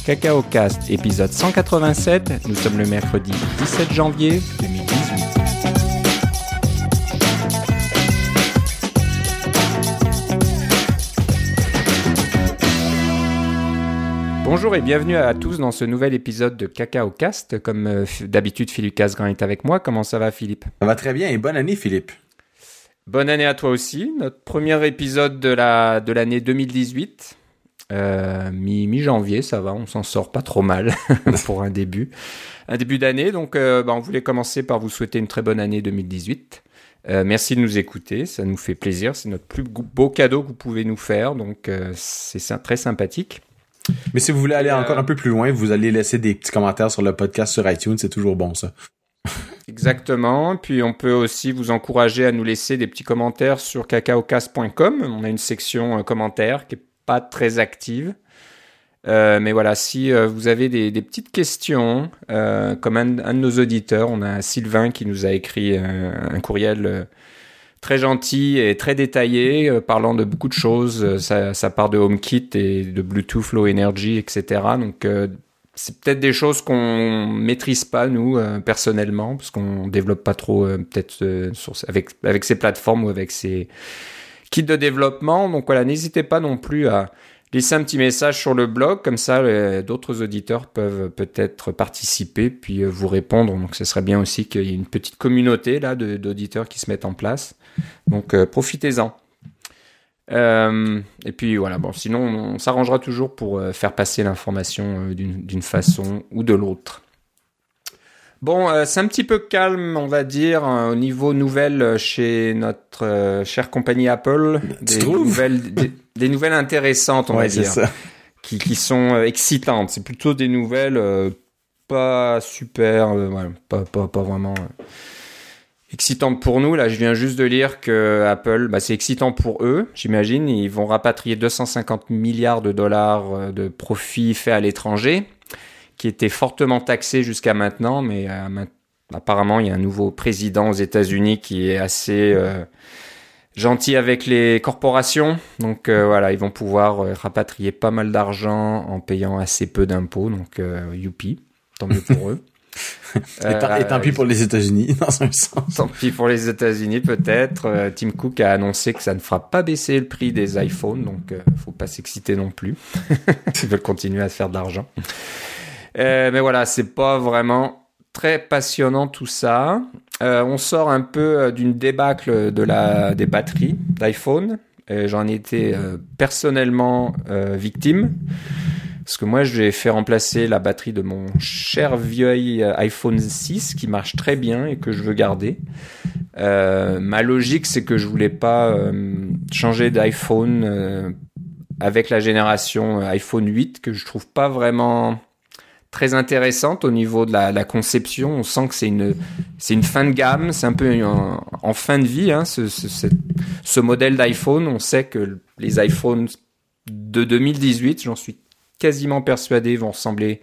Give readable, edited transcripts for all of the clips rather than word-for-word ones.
CacaoCast, épisode 187. Nous sommes le mercredi 17 janvier 2018. Bonjour et bienvenue à tous dans ce nouvel épisode de CacaoCast. Comme d'habitude, Philippe Casgrain est avec moi. Comment ça va, Philippe ? Ça va très bien et bonne année, Philippe. Bonne année à toi aussi. Notre premier épisode de l'année 2018. Mi-janvier, ça va, on s'en sort pas trop mal pour un début d'année. Donc, on voulait commencer par vous souhaiter une très bonne année 2018. Merci de nous écouter, ça nous fait plaisir. C'est notre plus beau cadeau que vous pouvez nous faire, donc c'est très sympathique. Mais si vous voulez aller encore un peu plus loin, vous allez laisser des petits commentaires sur le podcast sur iTunes, c'est toujours bon ça. Exactement, puis on peut aussi vous encourager à nous laisser des petits commentaires sur cacaocast.com. On a une section commentaires qui est pas très active. Mais voilà, si vous avez des petites questions, comme un de nos auditeurs, on a Sylvain qui nous a écrit un courriel très gentil et très détaillé, parlant de beaucoup de choses. Ça part de HomeKit et de Bluetooth Low Energy, etc. Donc, c'est peut-être des choses qu'on maîtrise pas, nous, personnellement, parce qu'on développe pas trop, avec ces plateformes ou avec ces kits de développement. Donc voilà, n'hésitez pas non plus à laisser un petit message sur le blog, comme ça d'autres auditeurs peuvent peut-être participer puis vous répondre. Donc ce serait bien aussi qu'il y ait une petite communauté là d'auditeurs qui se mettent en place. Donc profitez-en. Et puis voilà, sinon on s'arrangera toujours pour faire passer l'information d'une façon ou de l'autre. Bon, c'est un petit peu calme, on va dire, au niveau nouvelles chez notre chère compagnie Apple. Des nouvelles intéressantes, on va dire, qui sont excitantes. C'est plutôt des nouvelles pas super, pas vraiment excitantes pour nous. Là, je viens juste de lire que Apple, c'est excitant pour eux, j'imagine. Ils vont rapatrier 250 milliards de dollars de profits faits à l'étranger, qui était fortement taxé jusqu'à maintenant, mais apparemment, il y a un nouveau président aux États-Unis qui est assez gentil avec les corporations. Donc voilà, ils vont pouvoir rapatrier pas mal d'argent en payant assez peu d'impôts. Donc youpi, tant mieux pour eux. Et tant pis pour les États-Unis, dans un sens. Tant pis pour les États-Unis, peut-être. Tim Cook a annoncé que ça ne fera pas baisser le prix des iPhones, donc faut pas s'exciter non plus. Ils veulent continuer à se faire de l'argent. Mais voilà, c'est pas vraiment très passionnant tout ça. On sort un peu d'une débâcle des batteries d'iPhone. J'en ai été personnellement victime. Parce que moi, j'ai fait remplacer la batterie de mon cher vieil iPhone 6 qui marche très bien et que je veux garder. Ma logique, c'est que je voulais pas changer d'iPhone avec la génération iPhone 8 que je trouve pas vraiment très intéressante au niveau de la conception. On sent que c'est une fin de gamme, c'est un peu en fin de vie, hein, ce modèle d'iPhone. On sait que les iPhones de 2018, j'en suis quasiment persuadé, vont ressembler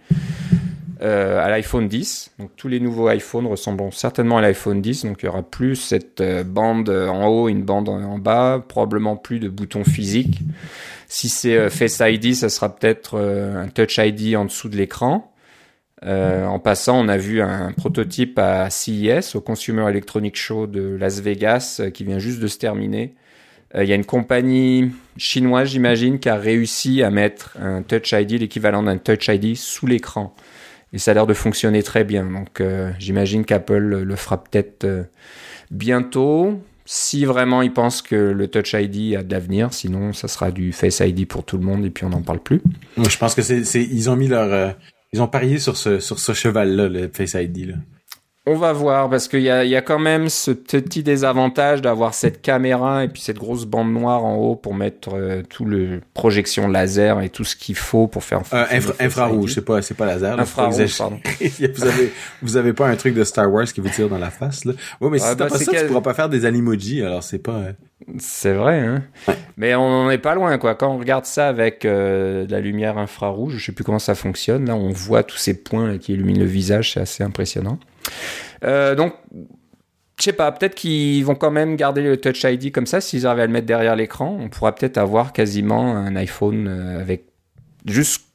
à l'iPhone 10. Donc tous les nouveaux iPhones ressembleront certainement à l'iPhone 10. Donc il y aura plus cette bande en haut, une bande en bas, probablement plus de boutons physiques. Si c'est Face ID, ça sera peut-être un Touch ID en dessous de l'écran. En passant, on a vu un prototype à CES, au Consumer Electronics Show de Las Vegas, qui vient juste de se terminer. Il y a une compagnie chinoise, j'imagine, qui a réussi à mettre un Touch ID, l'équivalent d'un Touch ID, sous l'écran. Et ça a l'air de fonctionner très bien. Donc, j'imagine qu'Apple le fera peut-être bientôt, si vraiment ils pensent que le Touch ID a de l'avenir. Sinon, ça sera du Face ID pour tout le monde et puis on n'en parle plus. Je pense que ils ont mis ils ont parié sur ce cheval-là, le Face ID, là. On va voir, parce qu'il y a quand même ce petit désavantage d'avoir cette caméra et puis cette grosse bande noire en haut pour mettre tout le projection laser et tout ce qu'il faut pour faire infrarouge, c'est pas laser. Infrarouge, pardon. vous avez pas un truc de Star Wars qui vous tire dans la face, là. Ouais, mais si t'as pas ça, tu pourras pas faire des animojis, alors c'est pas... C'est vrai, hein. Ouais. Mais on n'est pas loin, quoi. Quand on regarde ça avec de la lumière infrarouge, je sais plus comment ça fonctionne. Là, on voit tous ces points là, qui illuminent le visage, c'est assez impressionnant. Donc, je sais pas, peut-être qu'ils vont quand même garder le Touch ID comme ça. S'ils arrivent à le mettre derrière l'écran, on pourra peut-être avoir quasiment un iPhone avec juste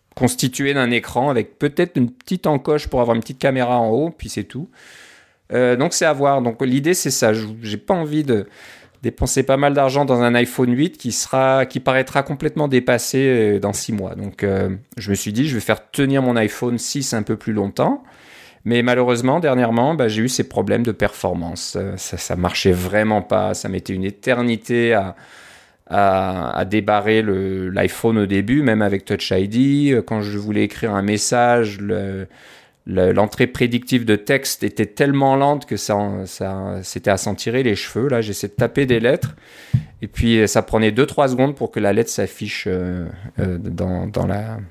constitué d'un écran avec peut-être une petite encoche pour avoir une petite caméra en haut, puis c'est tout. Donc c'est à voir. Donc l'idée c'est ça. J'ai pas envie de dépenser pas mal d'argent dans un iPhone 8 qui paraîtra complètement dépassé dans 6 mois. Donc je me suis dit je vais faire tenir mon iPhone 6 un peu plus longtemps. Mais malheureusement, dernièrement, j'ai eu ces problèmes de performance. Ça marchait vraiment pas. Ça mettait une éternité à débarrer l'iPhone au début, même avec Touch ID. Quand je voulais écrire un message, l'entrée prédictive de texte était tellement lente que c'était à s'en tirer les cheveux. Là, j'essaie de taper des lettres. Et puis, ça prenait 2-3 secondes pour que la lettre s'affiche dans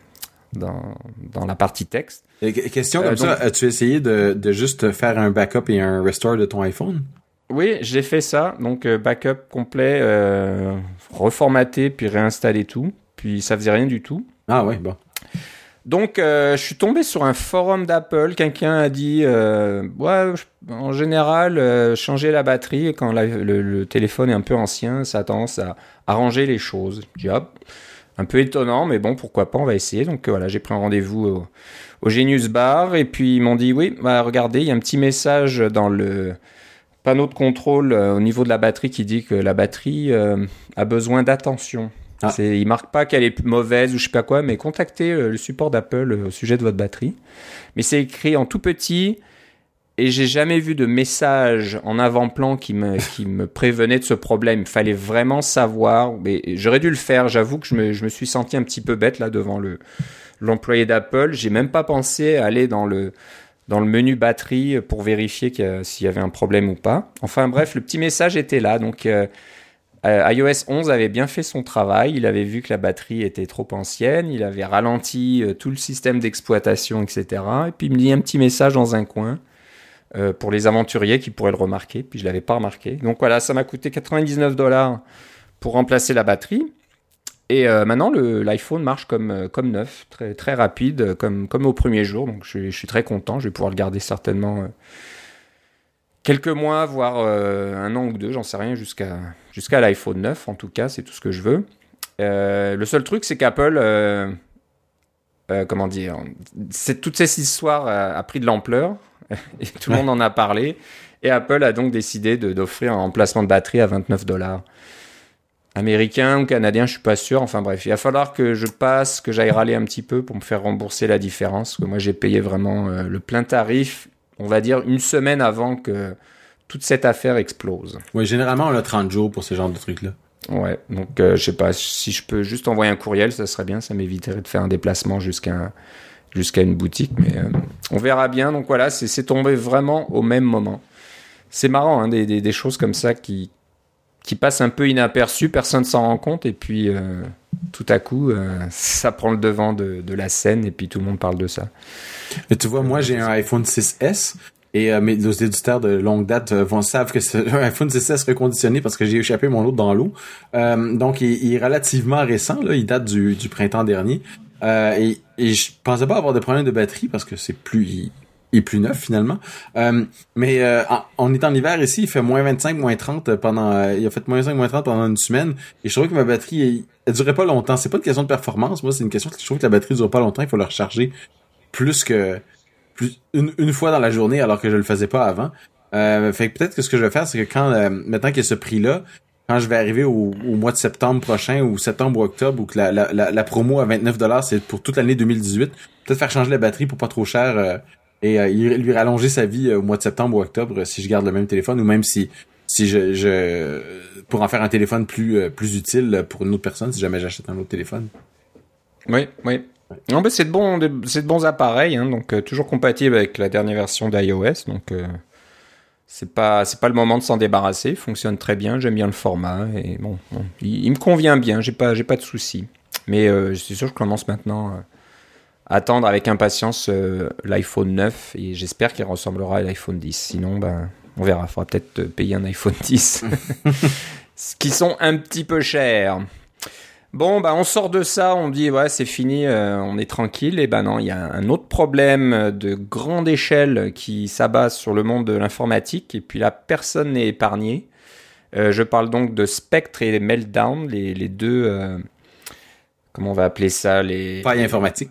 la partie texte. Question comme ça, as-tu essayé de juste faire un backup et un restore de ton iPhone? Oui, j'ai fait ça. Donc, backup complet, reformaté, puis réinstaller tout. Puis, ça faisait rien du tout. Ah ouais, bon. Donc, je suis tombé sur un forum d'Apple. Quelqu'un a dit, en général, changer la batterie quand le téléphone est un peu ancien, ça a tendance à arranger les choses. Je dis, hop, un peu étonnant, mais bon, pourquoi pas, on va essayer. Donc, voilà, j'ai pris un rendez-vous au Genius Bar. Et puis, ils m'ont dit, oui, regardez, il y a un petit message dans le panneau de contrôle au niveau de la batterie qui dit que la batterie a besoin d'attention. Ah. Il marque pas qu'elle est mauvaise ou je sais pas quoi, mais contactez le support d'Apple au sujet de votre batterie. Mais c'est écrit en tout petit et j'ai jamais vu de message en avant-plan qui me prévenait de ce problème. Il fallait vraiment savoir. Mais j'aurais dû le faire. J'avoue que je me suis senti un petit peu bête là devant l'employé d'Apple. J'ai même pas pensé à aller dans le menu batterie pour vérifier s'il y avait un problème ou pas. Enfin bref, le petit message était là. Donc iOS 11 avait bien fait son travail. Il avait vu que la batterie était trop ancienne. Il avait ralenti tout le système d'exploitation, etc. Et puis il me dit un petit message dans un coin pour les aventuriers qui pourraient le remarquer. Puis je l'avais pas remarqué. Donc voilà, ça m'a coûté $99 pour remplacer la batterie. Et maintenant, l'iPhone marche comme neuf, très, très rapide, comme au premier jour. Donc je suis très content. Je vais pouvoir le garder certainement quelques mois, voire un an ou deux, j'en sais rien, jusqu'à l'iPhone 9. En tout cas, c'est tout ce que je veux. Le seul truc, c'est qu'Apple, toute cette histoire a pris de l'ampleur et tout le monde en a parlé. Et Apple a donc décidé d'offrir un remplacement de batterie à $29. Américain ou canadien, je suis pas sûr. Enfin bref, il va falloir que j'aille râler un petit peu pour me faire rembourser la différence. Parce que moi, j'ai payé vraiment le plein tarif, on va dire une semaine avant que toute cette affaire explose. Oui, généralement, on a 30 jours pour ce genre de trucs-là. Ouais, donc je sais pas, si je peux juste envoyer un courriel, ça serait bien. Ça m'éviterait de faire un déplacement jusqu'à une boutique. Mais on verra bien. Donc voilà, c'est tombé vraiment au même moment. C'est marrant, hein, des choses comme ça qui passe un peu inaperçu, personne ne s'en rend compte, et puis tout à coup, ça prend le devant de la scène, et puis tout le monde parle de ça. Mais tu vois, moi, j'ai un iPhone 6S, et nos éditeurs de longue date savent que c'est un iPhone 6S reconditionné parce que j'ai échappé mon autre dans l'eau. Donc, il est relativement récent, là, il date du printemps dernier. Et je pensais pas avoir de problème de batterie parce que c'est plus neuf finalement. Mais on est en hiver ici, il fait moins 25, moins 30 il a fait moins 5, moins 30 pendant une semaine. Et je trouvais que ma batterie, elle durait pas longtemps. C'est pas une question de performance. Moi, c'est une question que je trouve que la batterie dure pas longtemps. Il faut la recharger une fois dans la journée alors que je le faisais pas avant. Fait que peut-être que ce que je vais faire, c'est que maintenant qu'il y a ce prix-là, quand je vais arriver au mois de septembre prochain ou septembre ou octobre, ou que la promo à $29, c'est pour toute l'année 2018, peut-être faire changer la batterie pour pas trop cher, et lui rallonger sa vie au mois de septembre ou octobre si je garde le même téléphone, ou même si je pour en faire un téléphone plus utile pour une autre personne si jamais j'achète un autre téléphone. Oui. Non, c'est de bons appareils, hein, donc toujours compatible avec la dernière version d'iOS, donc c'est pas le moment de s'en débarrasser. Il fonctionne très bien, j'aime bien le format, et bon il me convient bien, j'ai pas de soucis. Mais c'est sûr que je commence maintenant attendre avec impatience l'iPhone 9 et j'espère qu'il ressemblera à l'iPhone 10. Sinon, on verra. Il faudra peut-être payer un iPhone 10. Qui sont un petit peu chers. Bon, on sort de ça, on dit, ouais, c'est fini, on est tranquille. Et non, il y a un autre problème de grande échelle qui s'abat sur le monde de l'informatique. Et puis là, personne n'est épargné. Je parle donc de Spectre et Meltdown, les deux... comment on va appeler ça, failles informatiques.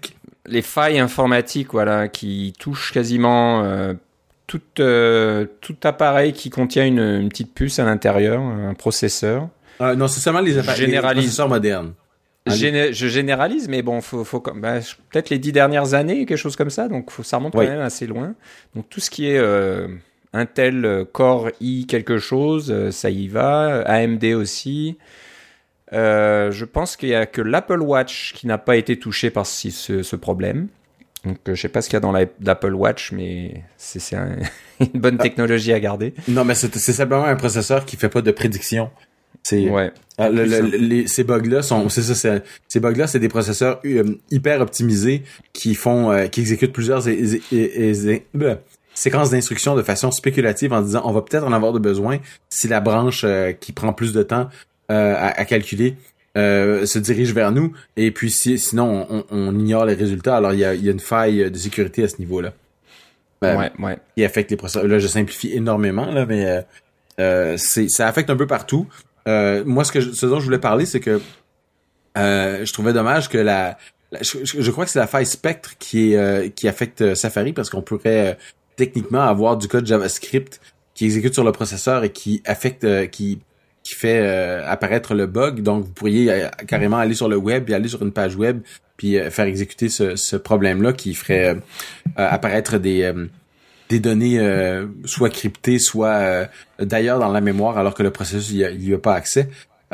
les failles informatiques, voilà, qui touchent quasiment tout appareil qui contient une petite puce à l'intérieur, un processeur. Non, c'est seulement les processeurs modernes. Je généralise, mais bon, faut peut-être les 10 dernières années, quelque chose comme ça. Donc, ça remonte quand même assez loin. Donc, tout ce qui est Intel Core i quelque chose, ça y va. AMD aussi. Je pense qu'il y a que l'Apple Watch qui n'a pas été touché par ce problème. Donc, je sais pas ce qu'il y a dans l'Apple Watch, mais c'est une bonne technologie à garder. Non, mais c'est simplement un processeur qui fait pas de prédiction. Ces bugs-là ces bugs-là, c'est des processeurs hyper optimisés qui exécutent plusieurs séquences d'instructions de façon spéculative en disant on va peut-être en avoir de besoin si la branche qui prend plus de temps à calculer se dirige vers nous, et puis sinon on ignore les résultats. Alors il y a une faille de sécurité à ce niveau-là. Qui affecte les processeurs. Là, je simplifie énormément là, mais ça affecte un peu partout. Moi, ce dont je voulais parler, c'est que je trouvais dommage que je crois que c'est la faille Spectre qui affecte Safari, parce qu'on pourrait techniquement avoir du code JavaScript qui exécute sur le processeur et qui affecte, qui fait apparaître le bug. Donc, vous pourriez carrément aller sur le web et aller sur une page web puis faire exécuter ce problème-là qui ferait apparaître des données soit cryptées, soit d'ailleurs dans la mémoire, alors que le processus il y a pas accès.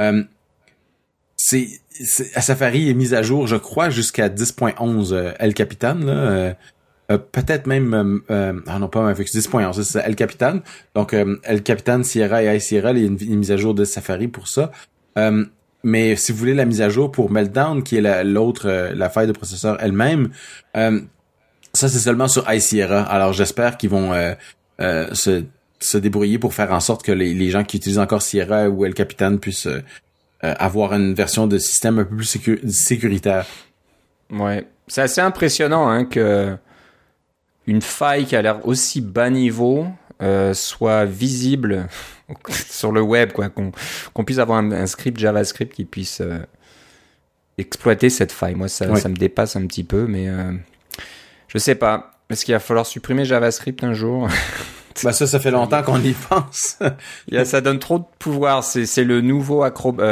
Safari est mise à jour, je crois, jusqu'à 10.11 El Capitan là. Peut-être même non pas avec 10.11, c'est El Capitan. Donc El Capitan, Sierra et High Sierra, il y a une mise à jour de Safari pour ça. Mais si vous voulez la mise à jour pour Meltdown, qui est la faille de processeur elle-même, ça c'est seulement sur High Sierra. Alors j'espère qu'ils vont se débrouiller pour faire en sorte que les gens qui utilisent encore Sierra ou El Capitan puissent avoir une version de système un peu plus sécuritaire. Ouais, c'est assez impressionnant hein, que une faille qui a l'air aussi bas niveau soit visible sur le web, quoi, qu'on puisse avoir un script JavaScript qui puisse exploiter cette faille. Moi, ça me dépasse un petit peu, mais je sais pas. Est-ce qu'il va falloir supprimer JavaScript un jour? Ça fait longtemps qu'on y pense. Ça donne trop de pouvoir. C'est le nouveau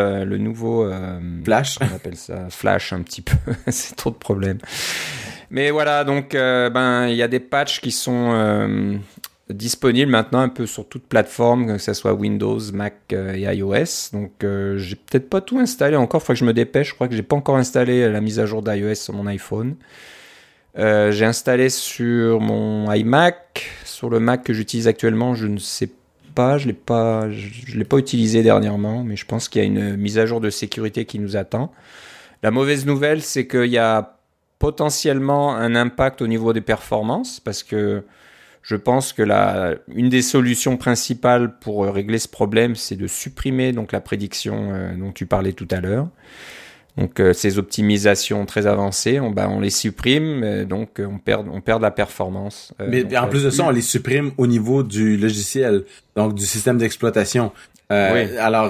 Flash. On appelle ça Flash un petit peu. C'est trop de problèmes. Mais voilà, donc il y a des patchs qui sont disponibles maintenant un peu sur toute plateforme, que ce soit Windows, Mac et iOS. Donc j'ai peut-être pas tout installé encore, faut que je me dépêche. Je crois que j'ai pas encore installé la mise à jour d'iOS sur mon iPhone. J'ai installé sur mon iMac, sur le Mac que j'utilise actuellement, je ne sais pas, je l'ai pas utilisé dernièrement, mais je pense qu'il y a une mise à jour de sécurité qui nous attend. La mauvaise nouvelle, c'est qu'il y a potentiellement un impact au niveau des performances, parce que je pense que une des solutions principales pour régler ce problème, c'est de supprimer donc la prédiction dont tu parlais tout à l'heure. Donc ces optimisations très avancées, on les supprime, donc on perd de la performance. Mais en plus de ça, on les supprime au niveau du logiciel, donc du système d'exploitation. Alors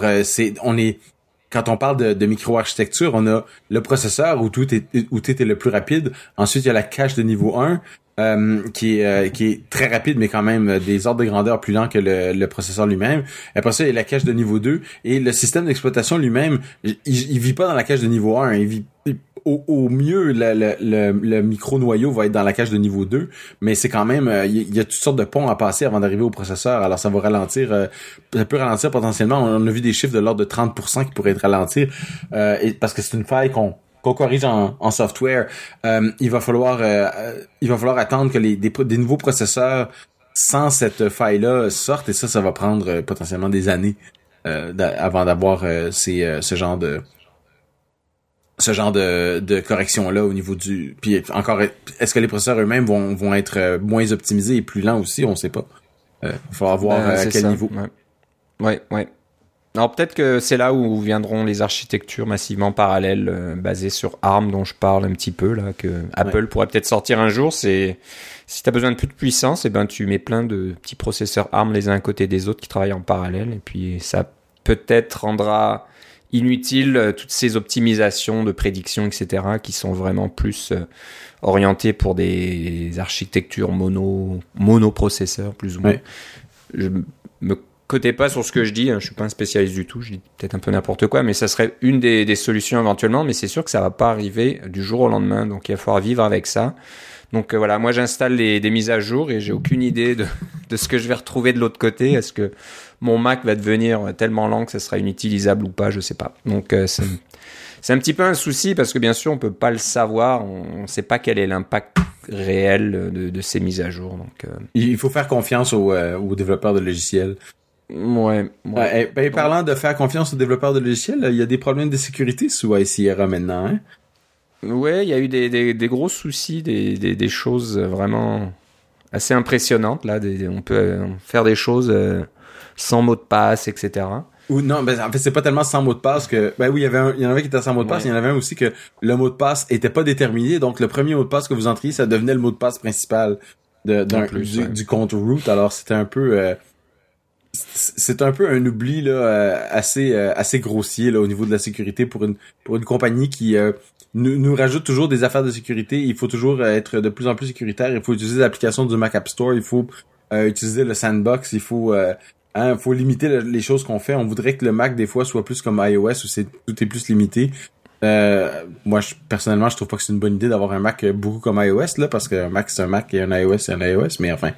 quand on parle de microarchitecture, on a le processeur où tout est le plus rapide. Ensuite, il y a la cache de niveau 1 qui est très rapide, mais quand même des ordres de grandeur plus lents que le processeur lui-même. Après ça, il y a la cache de niveau 2 et le système d'exploitation lui-même, il vit pas dans la cache de niveau 1, il vit au mieux le micro-noyau va être dans la cache de niveau 2, mais c'est quand même il y a toutes sortes de ponts à passer avant d'arriver au processeur. Alors ça va ralentir, ça peut ralentir potentiellement. On a vu des chiffres de l'ordre de 30% qui pourraient être ralentir parce que c'est une faille qu'on corrige en software. Il va falloir attendre que des nouveaux processeurs sans cette faille-là sortent, et ça va prendre potentiellement des années avant d'avoir ce genre de correction-là au niveau du... Puis encore, est-ce que les processeurs eux-mêmes vont être moins optimisés et plus lents aussi? On sait pas. Il va falloir voir à quel niveau. Ouais. Alors peut-être que c'est là où viendront les architectures massivement parallèles basées sur ARM dont je parle un petit peu là, que Apple pourrait peut-être sortir un jour. C'est si tu as besoin de plus de puissance, tu mets plein de petits processeurs ARM les uns à côté des autres qui travaillent en parallèle, et puis ça peut-être rendra inutile toutes ces optimisations de prédiction, etc., qui sont vraiment plus orientées pour des architectures monoprocesseurs, plus ou moins. Ouais. Je me cotez pas sur ce que je dis, hein, je suis pas un spécialiste du tout, je dis peut-être un peu n'importe quoi, mais ça serait une des solutions éventuellement, mais c'est sûr que ça va pas arriver du jour au lendemain, donc il va falloir vivre avec ça. Donc voilà, moi j'installe des mises à jour et j'ai aucune idée de ce que je vais retrouver de l'autre côté. Est-ce que mon Mac va devenir tellement lent que ça sera inutilisable ou pas, je sais pas. Donc c'est un petit peu un souci parce que bien sûr on peut pas le savoir, on sait pas quel est l'impact réel de ces mises à jour. Donc Il faut faire confiance aux développeurs de logiciels. Ouais. Parlant de faire confiance aux développeurs de logiciels, il y a des problèmes de sécurité sous High Sierra maintenant, hein? Ouais, il y a eu des gros soucis, des choses vraiment assez impressionnantes là. On peut faire des choses sans mot de passe, etc. Ou non, en fait c'est pas tellement sans mot de passe que oui, il y en avait qui étaient sans mot de passe, il y en avait un aussi que le mot de passe était pas déterminé, donc le premier mot de passe que vous entriez, ça devenait le mot de passe principal du compte root. Alors c'était un peu c'est un peu un oubli là assez grossier là au niveau de la sécurité pour une compagnie qui nous rajoute toujours des affaires de sécurité. Il faut toujours être de plus en plus sécuritaire. Il faut utiliser l'application du Mac App Store. Il faut utiliser le sandbox. Il faut limiter les choses qu'on fait. On voudrait que le Mac des fois soit plus comme iOS où tout est plus limité. Moi, personnellement, je trouve pas que c'est une bonne idée d'avoir un Mac beaucoup comme iOS là, parce qu'un Mac c'est un Mac et un iOS c'est un iOS. Mais enfin,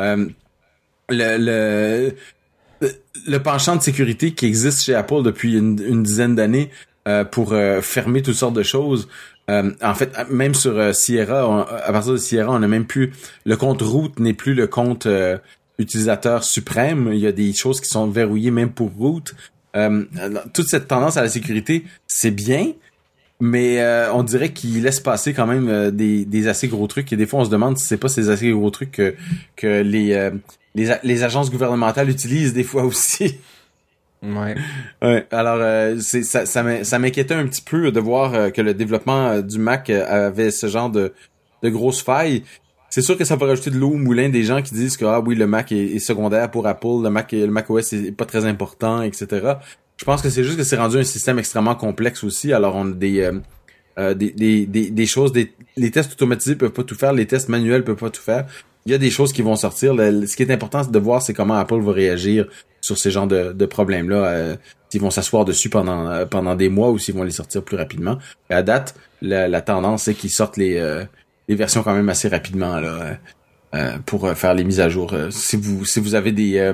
le penchant de sécurité qui existe chez Apple depuis une dizaine d'années pour fermer toutes sortes de choses. En fait, même sur Sierra, à partir de Sierra, on a même plus le compte root n'est plus le compte utilisateur suprême. Il y a des choses qui sont verrouillées même pour root. Toute cette tendance à la sécurité, c'est bien, mais on dirait qu'il laisse passer quand même des assez gros trucs. Et des fois, on se demande si c'est pas ces assez gros trucs que les agences gouvernementales utilisent des fois aussi. Ouais. Alors ça m'inquiétait un petit peu de voir que le développement du Mac avait ce genre de grosses failles. C'est sûr que ça va rajouter de l'eau au moulin des gens qui disent que oui, le Mac est secondaire pour Apple, le Mac OS est pas très important, etc. Je pense que c'est juste que c'est rendu un système extrêmement complexe aussi. Alors on a des choses, les tests automatisés peuvent pas tout faire, les tests manuels peuvent pas tout faire. Il y a des choses qui vont sortir. Ce qui est important, c'est de voir c'est comment Apple va réagir sur ces genres de problèmes-là. S'ils vont s'asseoir dessus pendant des mois ou s'ils vont les sortir plus rapidement. Et à date, la tendance, c'est qu'ils sortent les versions quand même assez rapidement là pour faire les mises à jour. Si vous avez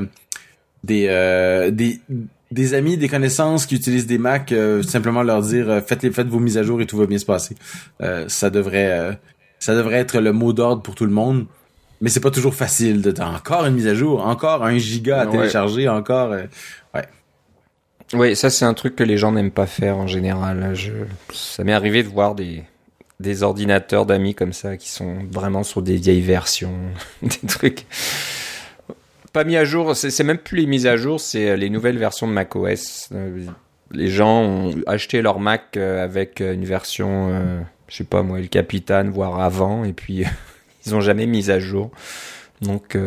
des amis, des connaissances qui utilisent des Mac, simplement leur dire faites vos mises à jour et tout va bien se passer. Ça devrait être le mot d'ordre pour tout le monde. Mais c'est pas toujours facile encore une mise à jour, encore 1 giga à télécharger, encore Oui, ça c'est un truc que les gens n'aiment pas faire en général. Ça m'est arrivé de voir des ordinateurs d'amis comme ça qui sont vraiment sur des vieilles versions, des trucs pas mis à jour. C'est même plus les mises à jour, c'est les nouvelles versions de macOS. Les gens ont acheté leur Mac avec une version, je sais pas moi, El Capitan, voire avant, et puis ils ont jamais mis à jour. Donc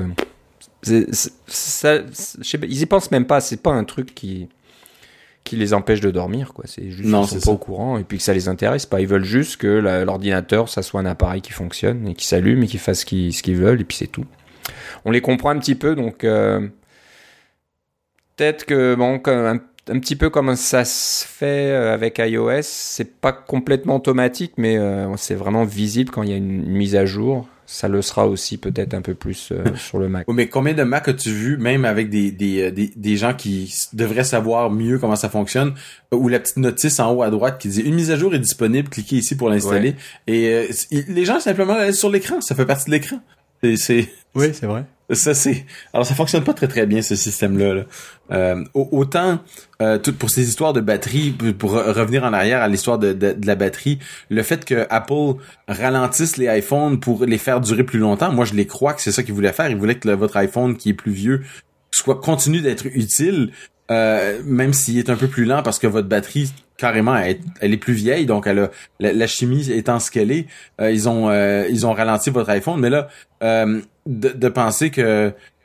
ça, je sais pas, ils y pensent même pas. C'est pas un truc qui les empêche de dormir, quoi. C'est juste qu'ils sont pas au courant et puis que ça les intéresse pas. Ils veulent juste que l'ordinateur, ça soit un appareil qui fonctionne et qui s'allume et qui fasse ce qu'ils veulent et puis c'est tout. On les comprend un petit peu, donc peut-être que un petit peu comme ça se fait avec iOS, c'est pas complètement automatique, mais c'est vraiment visible quand il y a une mise à jour. Ça le sera aussi peut-être un peu plus sur le Mac. Oui, mais combien de Mac as-tu vu, même avec des gens qui devraient savoir mieux comment ça fonctionne, ou la petite notice en haut à droite qui dit une mise à jour est disponible, cliquez ici pour l'installer. Ouais. Et les gens simplement allaient sur l'écran, ça fait partie de l'écran. Oui, c'est vrai. Alors ça fonctionne pas très très bien ce système-là. Autant tout pour ces histoires de batterie, pour revenir en arrière à l'histoire de la batterie, le fait que Apple ralentisse les iPhones pour les faire durer plus longtemps, moi je les crois que c'est ça qu'ils voulaient faire. Ils voulaient que votre iPhone qui est plus vieux continue d'être utile, même s'il est un peu plus lent parce que votre batterie carrément elle est plus vieille, donc la chimie étant ce qu'elle est, ils ont ralenti votre iPhone. Mais là de penser que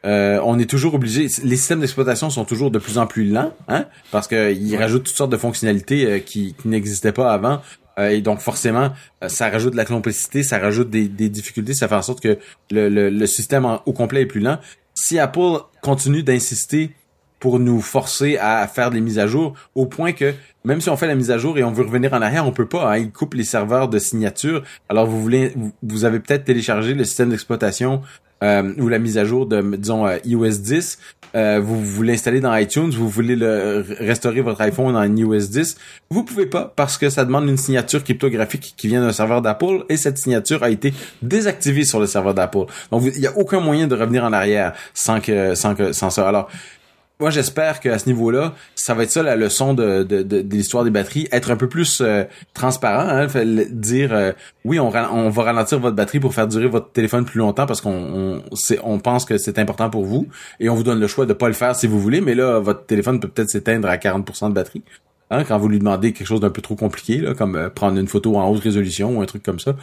on est toujours obligé. Les systèmes d'exploitation sont toujours de plus en plus lents, hein, parce qu'ils rajoutent toutes sortes de fonctionnalités qui n'existaient pas avant. Et donc forcément, ça rajoute de la complexité, ça rajoute des difficultés, ça fait en sorte que le système au complet est plus lent. Si Apple continue d'insister pour nous forcer à faire des mises à jour, au point que même si on fait la mise à jour et on veut revenir en arrière, on peut pas, hein, ils coupent les serveurs de signature. Alors vous avez peut-être téléchargé le système d'exploitation ou la mise à jour de, disons, iOS 10, vous l'installez dans iTunes, vous voulez restaurer votre iPhone en iOS 10, vous pouvez pas parce que ça demande une signature cryptographique qui vient d'un serveur d'Apple et cette signature a été désactivée sur le serveur d'Apple. Donc il y a aucun moyen de revenir en arrière sans ça. Alors moi, j'espère qu'à ce niveau-là, ça va être ça la leçon de l'histoire des batteries, être un peu plus transparent, hein, dire oui, on va ralentir votre batterie pour faire durer votre téléphone plus longtemps parce qu'on pense que c'est important pour vous et on vous donne le choix de pas le faire si vous voulez, mais là, votre téléphone peut peut-être s'éteindre à 40% de batterie. Hein, quand vous lui demandez quelque chose d'un peu trop compliqué, là, comme prendre une photo en haute résolution ou un truc comme ça,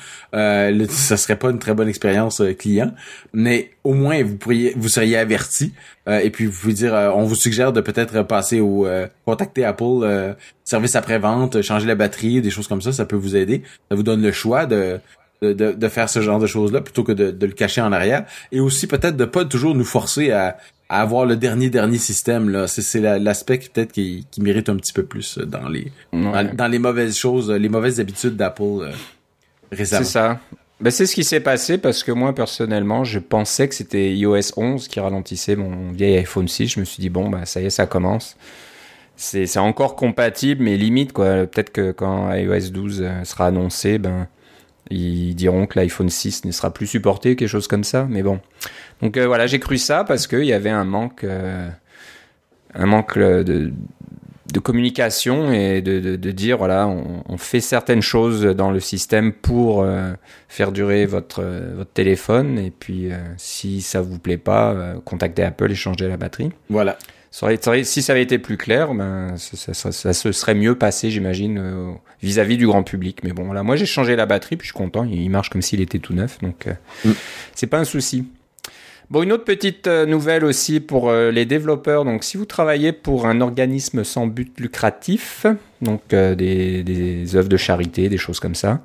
ça serait pas une très bonne expérience client, mais au moins vous seriez averti et puis vous pouvez dire on vous suggère de peut-être passer contacter Apple service après-vente, changer la batterie, des choses comme ça peut vous aider. Ça vous donne le choix de faire ce genre de choses-là plutôt que de le cacher en arrière et aussi peut-être de pas toujours nous forcer à avoir le dernier système là, c'est l'aspect peut-être qui mérite un petit peu plus dans les mauvaises choses, les mauvaises habitudes d'Apple récemment. C'est ça. Ben c'est ce qui s'est passé parce que moi personnellement, je pensais que c'était iOS 11 qui ralentissait mon vieil iPhone 6, je me suis dit bon bah ça y est, ça commence. C'est encore compatible mais limite quoi, peut-être que quand iOS 12 sera annoncé, ben ils diront que l'iPhone 6 ne sera plus supporté, quelque chose comme ça, mais bon. Donc voilà, j'ai cru ça parce qu'il y avait un manque de communication et de dire voilà, on fait certaines choses dans le système pour faire durer votre téléphone et puis si ça vous plaît pas, contactez Apple et changez la batterie. Voilà. Si ça avait été plus clair, ben ça se serait mieux passé, j'imagine, vis-à-vis du grand public. Mais bon, voilà, moi j'ai changé la batterie, puis je suis content, il marche comme s'il était tout neuf, donc c'est pas un souci. Bon, une autre petite nouvelle aussi pour les développeurs. Donc, si vous travaillez pour un organisme sans but lucratif, donc des œuvres de charité, des choses comme ça,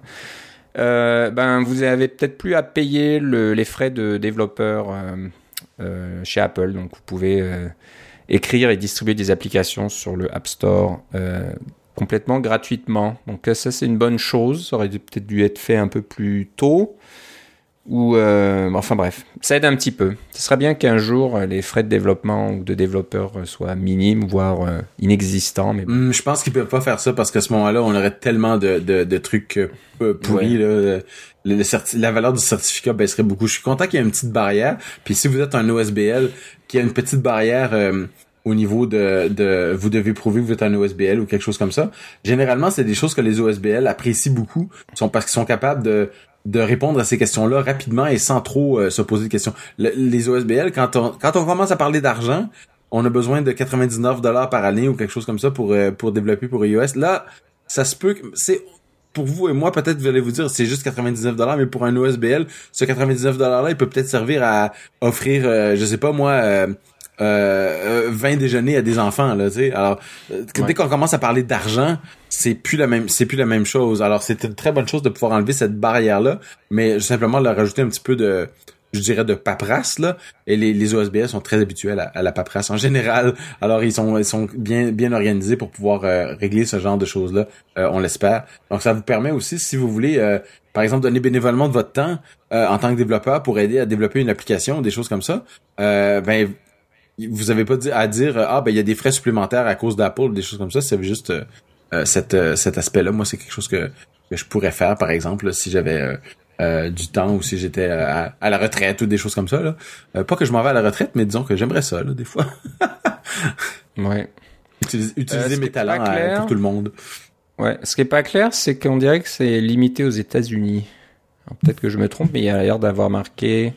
ben vous avez peut-être plus à payer les frais de développeur chez Apple. Donc, vous pouvez écrire et distribuer des applications sur le App Store complètement gratuitement. Donc ça, c'est une bonne chose. Ça aurait peut-être dû être fait un peu plus tôt. Ou enfin bref, ça aide un petit peu. Ce serait bien qu'un jour, les frais de développement ou de développeur soient minimes, voire inexistants. Mais bon. Je pense qu'ils peuvent pas faire ça parce qu'à ce moment-là, on aurait tellement de trucs pourris. Ouais. La valeur du certificat baisserait beaucoup. Je suis content qu'il y ait une petite barrière. Puis si vous êtes un OSBL, qu'il y a une petite barrière au niveau de vous devez prouver que vous êtes un OSBL ou quelque chose comme ça. Généralement, c'est des choses que les OSBL apprécient beaucoup, parce qu'ils sont capables de répondre à ces questions-là rapidement et sans trop se poser de questions. Les OSBL, quand on commence à parler d'argent, on a besoin de $99 par année ou quelque chose comme ça pour développer pour iOS. Là, ça se peut que c'est pour vous et moi, peut-être vous allez vous dire c'est juste $99, mais pour un OSBL, ce $99-là, il peut peut-être servir à offrir, je sais pas moi, 20 déjeuners à des enfants là, tu sais. Alors dès qu'on commence à parler d'argent, c'est plus la même chose. Alors c'est une très bonne chose de pouvoir enlever cette barrière là, mais simplement leur rajouter un petit peu de, je dirais, de paperasse là. Et les OSBL sont très habitués à la paperasse en général. Alors ils sont bien organisés pour pouvoir régler ce genre de choses là. On l'espère. Donc ça vous permet aussi, si vous voulez par exemple donner bénévolement de votre temps en tant que développeur pour aider à développer une application, des choses comme ça, ben vous avez pas à dire ben il y a des frais supplémentaires à cause d'Apple, des choses comme ça. C'est juste cet aspect-là. Moi, c'est quelque chose que je pourrais faire, par exemple, là, si j'avais du temps ou si j'étais à la retraite ou des choses comme ça. Là. Pas que je m'en vais à la retraite, mais disons que j'aimerais ça, là, des fois. Ouais. Utiliser mes talents pour tout le monde. Ouais. Ce qui est pas clair, c'est qu'on dirait que c'est limité aux États-Unis. Alors, peut-être que je me trompe, mais il y a l'air d'avoir marqué.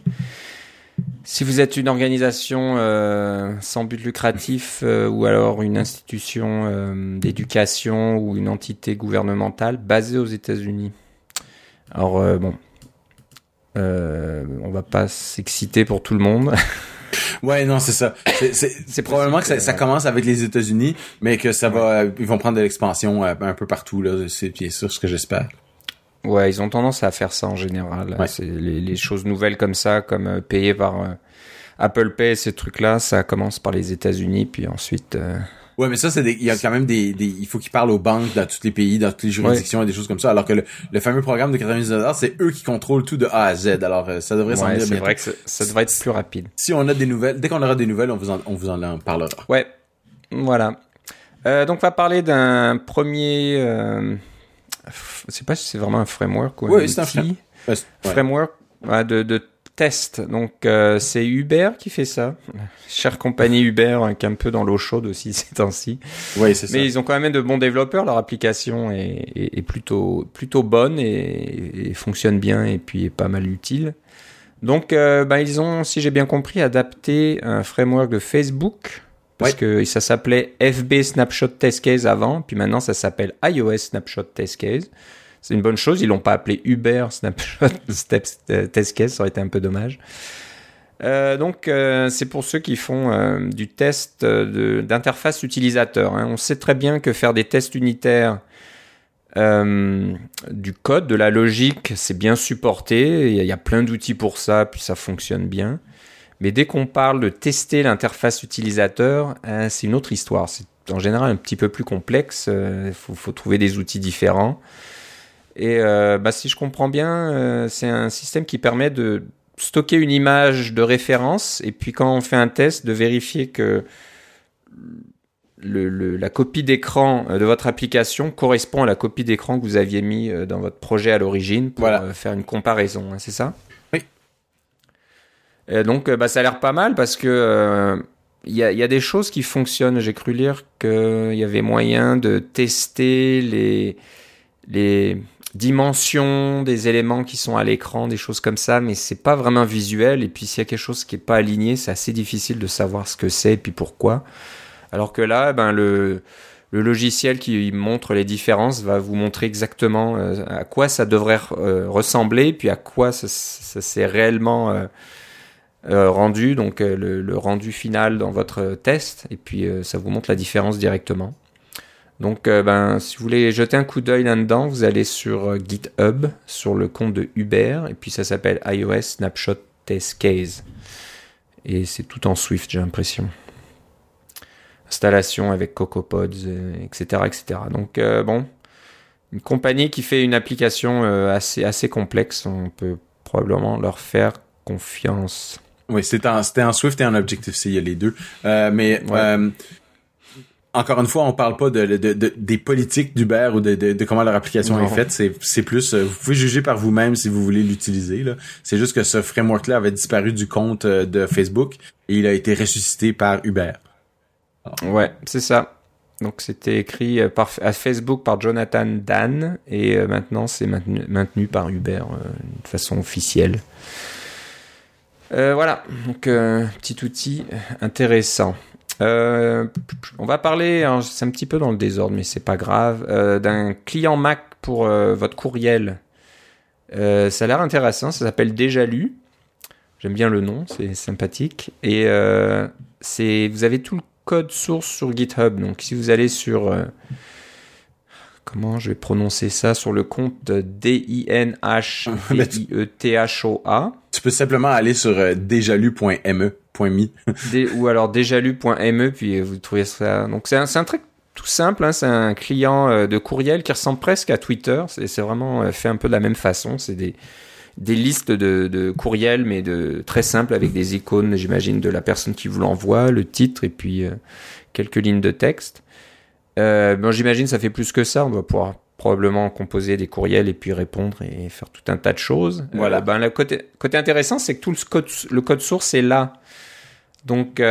Si vous êtes une organisation sans but lucratif ou alors une institution d'éducation ou une entité gouvernementale basée aux États-Unis. Alors bon, on va pas s'exciter pour tout le monde. Ouais, non, c'est ça. C'est probablement que ça commence avec les États-Unis, mais que ça va, ils vont prendre de l'expansion un peu partout, là. C'est bien sûr ce que j'espère. Ouais, ils ont tendance à faire ça en général. Ouais. C'est les choses nouvelles comme ça, comme payer par Apple Pay, ces trucs-là, ça commence par les États-Unis, puis ensuite. Ouais, mais ça, il y a quand même il faut qu'ils parlent aux banques dans tous les pays, dans toutes les juridictions et des choses comme ça, alors que le fameux programme de $99, c'est eux qui contrôlent tout de A à Z. Alors, ça devrait s'en venir c'est bientôt. vrai que ça devrait être plus rapide. Si on a des nouvelles, dès qu'on aura des nouvelles, on vous en parlera. Ouais, voilà. Donc, on va parler d'un premier. Je sais pas si c'est vraiment un framework ou un Oui, c'est un outil. Ouais. Framework de test. Donc, c'est Uber qui fait ça. Chère compagnie Uber, qui est un peu dans l'eau chaude aussi ces temps-ci. Oui, c'est ça. Mais ils ont quand même de bons développeurs. Leur application est plutôt bonne et fonctionne bien et puis est pas mal utile. Donc, ils ont, si j'ai bien compris, adapté un framework de Facebook. Parce que ça s'appelait FB Snapshot Test Case avant, puis maintenant ça s'appelle iOS Snapshot Test Case. C'est une bonne chose, ils l'ont pas appelé Uber Snapshot Test Case, ça aurait été un peu dommage. Donc c'est pour ceux qui font du test d'interface utilisateur. On sait très bien que faire des tests unitaires du code, de la logique, c'est bien supporté. Il y a plein d'outils pour ça, puis ça fonctionne bien. Mais dès qu'on parle de tester l'interface utilisateur, c'est une autre histoire. C'est en général un petit peu plus complexe. Faut trouver des outils différents. Et si je comprends bien, c'est un système qui permet de stocker une image de référence et puis quand on fait un test, de vérifier que la copie d'écran de votre application correspond à la copie d'écran que vous aviez mis dans votre projet à l'origine pour faire une comparaison. C'est ça ? Donc, ça a l'air pas mal parce que il y a des choses qui fonctionnent. J'ai cru lire qu'il y avait moyen de tester les dimensions des éléments qui sont à l'écran, des choses comme ça, mais c'est pas vraiment visuel. Et puis, s'il y a quelque chose qui est pas aligné, c'est assez difficile de savoir ce que c'est et puis pourquoi. Alors que là, le logiciel qui montre les différences va vous montrer exactement à quoi ça devrait ressembler, puis à quoi ça s'est réellement rendu, donc le rendu final dans votre test, et puis ça vous montre la différence directement. Donc si vous voulez jeter un coup d'œil là-dedans, vous allez sur GitHub, sur le compte de Uber, et puis ça s'appelle iOS Snapshot Test Case. Et c'est tout en Swift, j'ai l'impression. Installation avec CocoaPods, etc., etc. Donc une compagnie qui fait une application assez complexe, on peut probablement leur faire confiance. Oui, c'était en Swift et en Objective-C, il y a les deux. Encore une fois, on parle pas des politiques d'Uber ou de comment leur application est faite. C'est plus, vous pouvez juger par vous-même si vous voulez l'utiliser, là. C'est juste que ce framework-là avait disparu du compte de Facebook et il a été ressuscité par Uber. Alors. Ouais, c'est ça. Donc c'était écrit à Facebook par Jonathan Dan et maintenant c'est maintenu par Uber de façon officielle. Voilà, donc petit outil intéressant. On va parler, alors, c'est un petit peu dans le désordre, mais c'est pas grave, d'un client Mac pour votre courriel. Ça a l'air intéressant, ça s'appelle Déjà Lu. J'aime bien le nom, c'est sympathique. Et vous avez tout le code source sur GitHub. Donc si vous allez sur comment je vais prononcer ça, sur le compte DINHDIETHOA. Tu peux simplement aller sur dejalu.me. Ou alors dejalu.me, puis vous trouvez ça. Donc c'est un truc tout simple, c'est un client de courriel qui ressemble presque à Twitter. C'est vraiment fait un peu de la même façon. C'est des listes de courriels, mais très simples avec des icônes, j'imagine, de la personne qui vous l'envoie, le titre et puis quelques lignes de texte. J'imagine ça fait plus que ça. On doit pouvoir probablement composer des courriels et puis répondre et faire tout un tas de choses. Voilà. Le côté intéressant, c'est que tout le code source est là. Donc,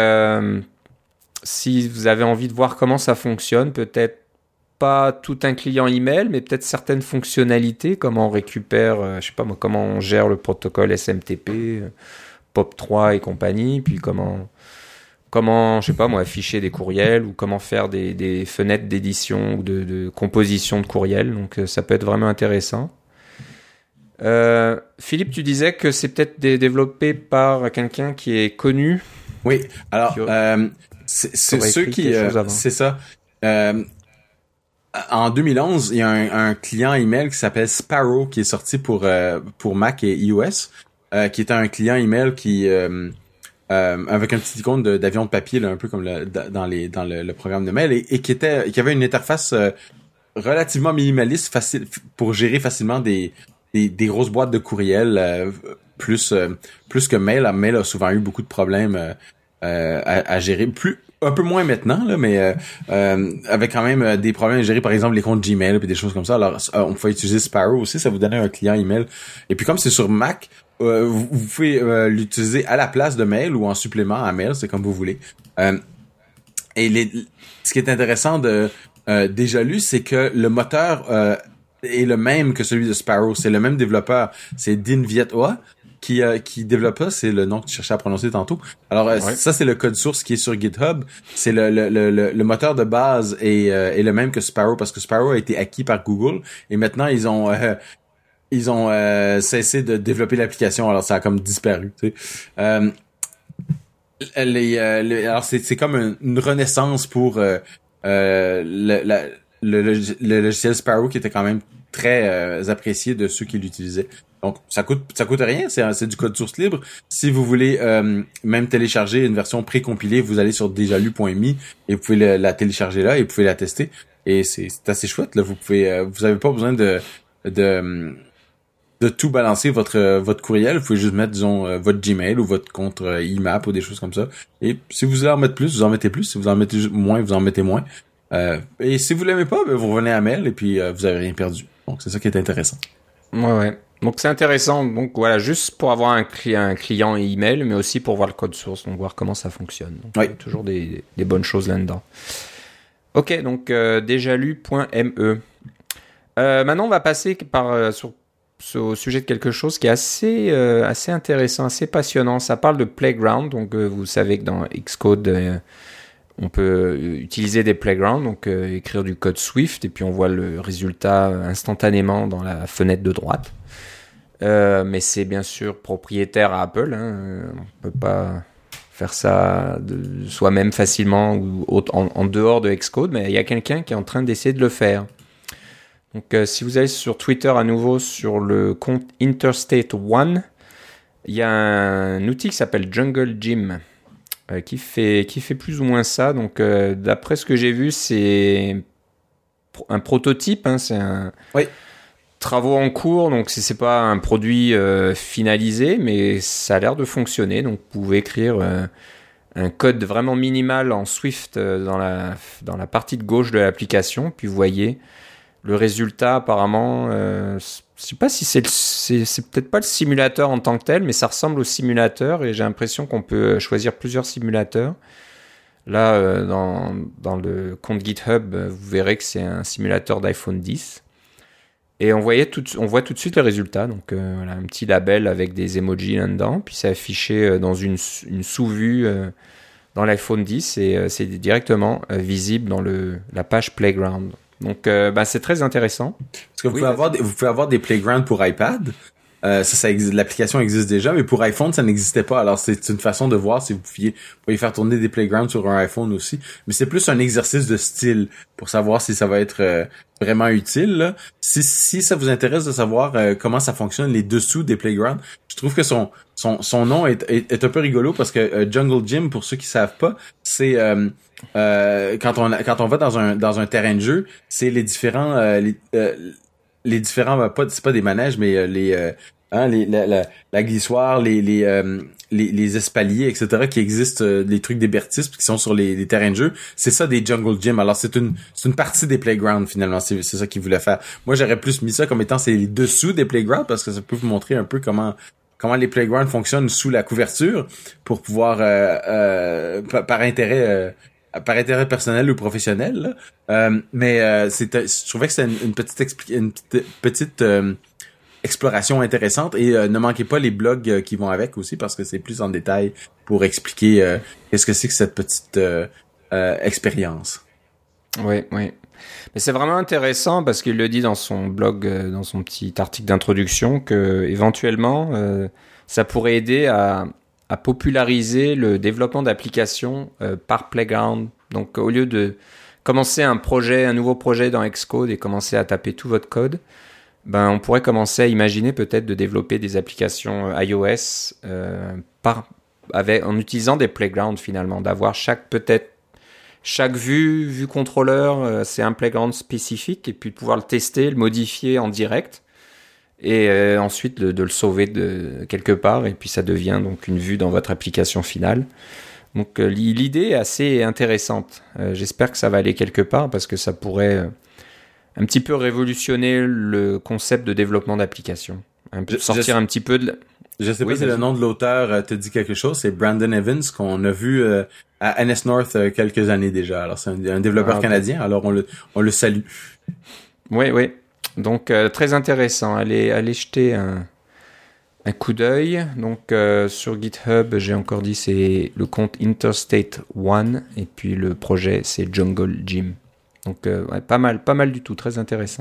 si vous avez envie de voir comment ça fonctionne, peut-être pas tout un client email, mais peut-être certaines fonctionnalités, comment on récupère, comment on gère le protocole SMTP, POP3 et compagnie, puis comment afficher des courriels ou comment faire des fenêtres d'édition ou de composition de courriels. Donc, ça peut être vraiment intéressant. Philippe, tu disais que c'est peut-être développé par quelqu'un qui est connu. Oui, alors c'est ceux qui c'est ça. En 2011, il y a un client email qui s'appelle Sparrow qui est sorti pour Mac et iOS, qui était un client email qui avec un petit icône d'avion de papier là, un peu comme dans le programme de mail et qui avait une interface relativement minimaliste, facile pour gérer facilement des grosses boîtes de courriel plus que Mail. Mail a souvent eu beaucoup de problèmes à gérer, un peu moins maintenant là, mais avec quand même des problèmes à gérer, par exemple les comptes Gmail et des choses comme ça. Alors on peut utiliser Sparrow aussi, ça vous donne un client email. Et puis comme c'est sur Mac, vous pouvez l'utiliser à la place de Mail ou en supplément à Mail, c'est comme vous voulez. Et ce qui est intéressant de Déjà Lu, c'est que le moteur est le même que celui de Sparrow. C'est le même développeur. C'est Din Viet Hoa qui développe ça. C'est le nom que tu cherchais à prononcer tantôt. Alors, ça, c'est le code source qui est sur GitHub. C'est le moteur de base est le même que Sparrow parce que Sparrow a été acquis par Google et maintenant, ils ont cessé de développer l'application. Alors, ça a comme disparu, tu sais. Alors, c'est comme une renaissance pour le logiciel Sparrow qui était quand même très apprécié de ceux qui l'utilisaient. Donc ça coûte rien, c'est du code source libre. Si vous voulez même télécharger une version précompilée, vous allez sur dejalu.me et vous pouvez la télécharger là et vous pouvez la tester et c'est assez chouette là, vous avez pas besoin de tout balancer votre courriel, vous pouvez juste mettre disons votre Gmail ou votre compte IMAP ou des choses comme ça. Et si vous voulez en mettre plus, vous en mettez plus, si vous en mettez moins, vous en mettez moins. Et si vous l'aimez pas, ben, vous revenez à Mail et puis vous avez rien perdu. Donc c'est ça qui est intéressant. Ouais. Donc c'est intéressant. Donc voilà, juste pour avoir un client email, mais aussi pour voir le code source, donc voir comment ça fonctionne. Donc, il y a toujours des bonnes choses là-dedans. Ok, donc dejalu.me. Maintenant, on va passer au sujet de quelque chose qui est assez intéressant, assez passionnant. Ça parle de Playground. Donc vous savez que dans Xcode, on peut utiliser des playgrounds, donc écrire du code Swift, et puis on voit le résultat instantanément dans la fenêtre de droite. Mais c'est bien sûr propriétaire à Apple. On peut pas faire ça de soi-même facilement ou en dehors de Xcode, mais il y a quelqu'un qui est en train d'essayer de le faire. Donc si vous allez sur Twitter à nouveau sur le compte Interstate One, il y a un outil qui s'appelle Jungle Gym. Qui fait plus ou moins ça. Donc, d'après ce que j'ai vu, c'est un prototype. C'est un travaux en cours. Donc, c'est pas un produit finalisé, mais ça a l'air de fonctionner. Donc, vous pouvez écrire un code vraiment minimal en Swift dans la partie de gauche de l'application. Puis, vous voyez le résultat. Apparemment, je sais pas si c'est peut-être pas le simulateur en tant que tel, mais ça ressemble au simulateur et j'ai l'impression qu'on peut choisir plusieurs simulateurs. Là, dans le compte GitHub, vous verrez que c'est un simulateur d'iPhone 10. Et on voit tout de suite les résultats. Donc voilà, un petit label avec des emojis là-dedans, puis c'est affiché dans une sous-vue dans l'iPhone 10 et c'est directement visible dans la page Playground. Donc, c'est très intéressant. Parce que vous pouvez avoir des playgrounds pour iPad. Ça existe, l'application existe déjà, mais pour iPhone, ça n'existait pas. Alors, c'est une façon de voir si vous pouvez faire tourner des playgrounds sur un iPhone aussi. Mais c'est plus un exercice de style pour savoir si ça va être vraiment utile, là. Si ça vous intéresse de savoir comment ça fonctionne, les dessous des playgrounds, je trouve que son nom est un peu rigolo parce que Jungle Gym, pour ceux qui savent pas, c'est quand on va dans un terrain de jeu, c'est les différents c'est pas des manèges mais la glissoire, les espaliers, etc. qui existent, les trucs d'hébertisme qui sont sur les terrains de jeu, c'est ça des jungle gym. Alors c'est une partie des playgrounds finalement, c'est ça qu'ils voulaient faire. Moi j'aurais plus mis ça comme étant c'est les dessous des playgrounds parce que ça peut vous montrer un peu comment les playgrounds fonctionnent sous la couverture pour pouvoir par intérêt personnel ou professionnel là. Mais je trouvais que c'était une petite exploration intéressante et ne manquez pas les blogs qui vont avec aussi parce que c'est plus en détail pour expliquer qu'est-ce que c'est que cette petite expérience. Oui. Mais c'est vraiment intéressant parce qu'il le dit dans son blog, dans son petit article d'introduction, que éventuellement ça pourrait aider à a popularisé le développement d'applications par Playground. Donc au lieu de commencer un nouveau projet dans Xcode et commencer à taper tout votre code, on pourrait commencer à imaginer peut-être de développer des applications iOS en utilisant des playgrounds finalement, d'avoir chaque vue contrôleur, c'est un playground spécifique, et puis de pouvoir le tester, le modifier en direct, et ensuite de le sauver de quelque part, et puis ça devient donc une vue dans votre application finale. Donc l'idée est assez intéressante. J'espère que ça va aller quelque part, parce que ça pourrait un petit peu révolutionner le concept de développement d'application. Sortir un petit peu de... Je sais pas si le nom de l'auteur te dit quelque chose. C'est Brandon Evans, qu'on a vu à NS North quelques années déjà. Alors c'est un développeur canadien, alors on le salue. Oui. Donc très intéressant. Allez jeter un coup d'œil. Donc sur GitHub, j'ai encore dit, c'est le compte Interstate One, et puis le projet c'est Jungle Gym. Donc pas mal du tout, très intéressant.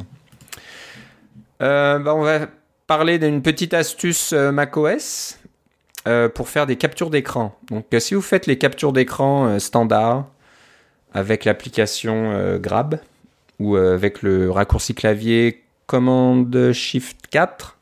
On va parler d'une petite astuce macOS pour faire des captures d'écran. Donc si vous faites les captures d'écran standard avec l'application Grab, ou avec le raccourci clavier Command Shift 4,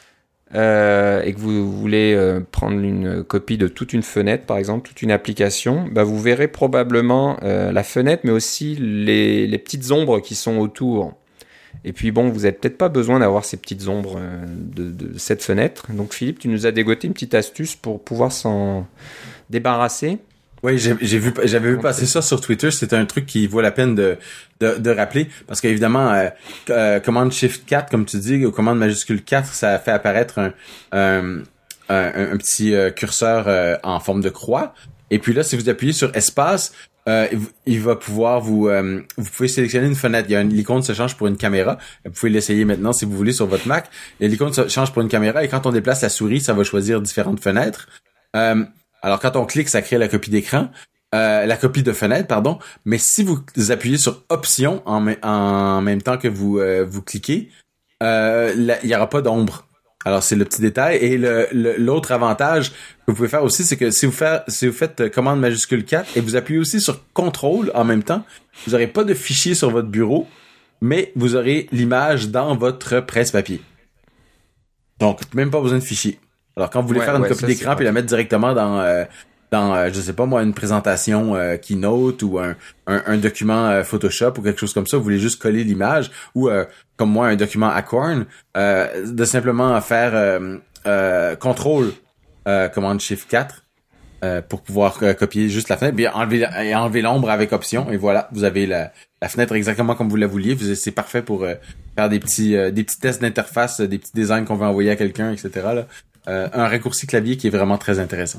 et que vous voulez prendre une copie de toute une fenêtre, par exemple, toute une application, vous verrez probablement la fenêtre, mais aussi les petites ombres qui sont autour. Et puis vous n'avez peut-être pas besoin d'avoir ces petites ombres de cette fenêtre. Donc Philippe, tu nous as dégoté une petite astuce pour pouvoir s'en débarrasser. Oui, j'avais vu passer ça sur Twitter. C'est un truc qui vaut la peine de rappeler, parce qu'évidemment, commande Shift 4, comme tu dis, ou commande majuscule 4, ça fait apparaître un petit curseur en forme de croix. Et puis là, si vous appuyez sur espace, il va pouvoir vous pouvez sélectionner une fenêtre. L'icône se change pour une caméra. Vous pouvez l'essayer maintenant si vous voulez sur votre Mac. Et l'icône se change pour une caméra, et quand on déplace la souris, ça va choisir différentes fenêtres. Alors quand on clique, ça crée la copie d'écran, la copie de fenêtre, pardon. Mais si vous appuyez sur Options en même temps que vous cliquez, il y aura pas d'ombre. Alors c'est le petit détail. Et l'autre avantage que vous pouvez faire aussi, c'est que si vous faites commande majuscule 4 et vous appuyez aussi sur contrôle en même temps, vous n'aurez pas de fichier sur votre bureau, mais vous aurez l'image dans votre presse-papier. Donc même pas besoin de fichier. Alors quand vous voulez faire une copie d'écran puis la mettre directement dans je sais pas moi, une présentation Keynote, ou un document Photoshop ou quelque chose comme ça, vous voulez juste coller l'image, ou comme moi un document Acorn, de simplement faire contrôle commande Shift 4 pour pouvoir copier juste la fenêtre, bien enlever l'ombre avec option, et voilà, vous avez la fenêtre exactement comme vous la vouliez. C'est parfait pour faire des petits tests d'interface, des petits designs qu'on veut envoyer à quelqu'un, etc. là. Un raccourci clavier qui est vraiment très intéressant.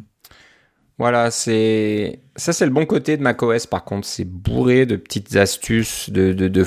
Voilà, c'est le bon côté de macOS. Par contre, c'est bourré de petites astuces, de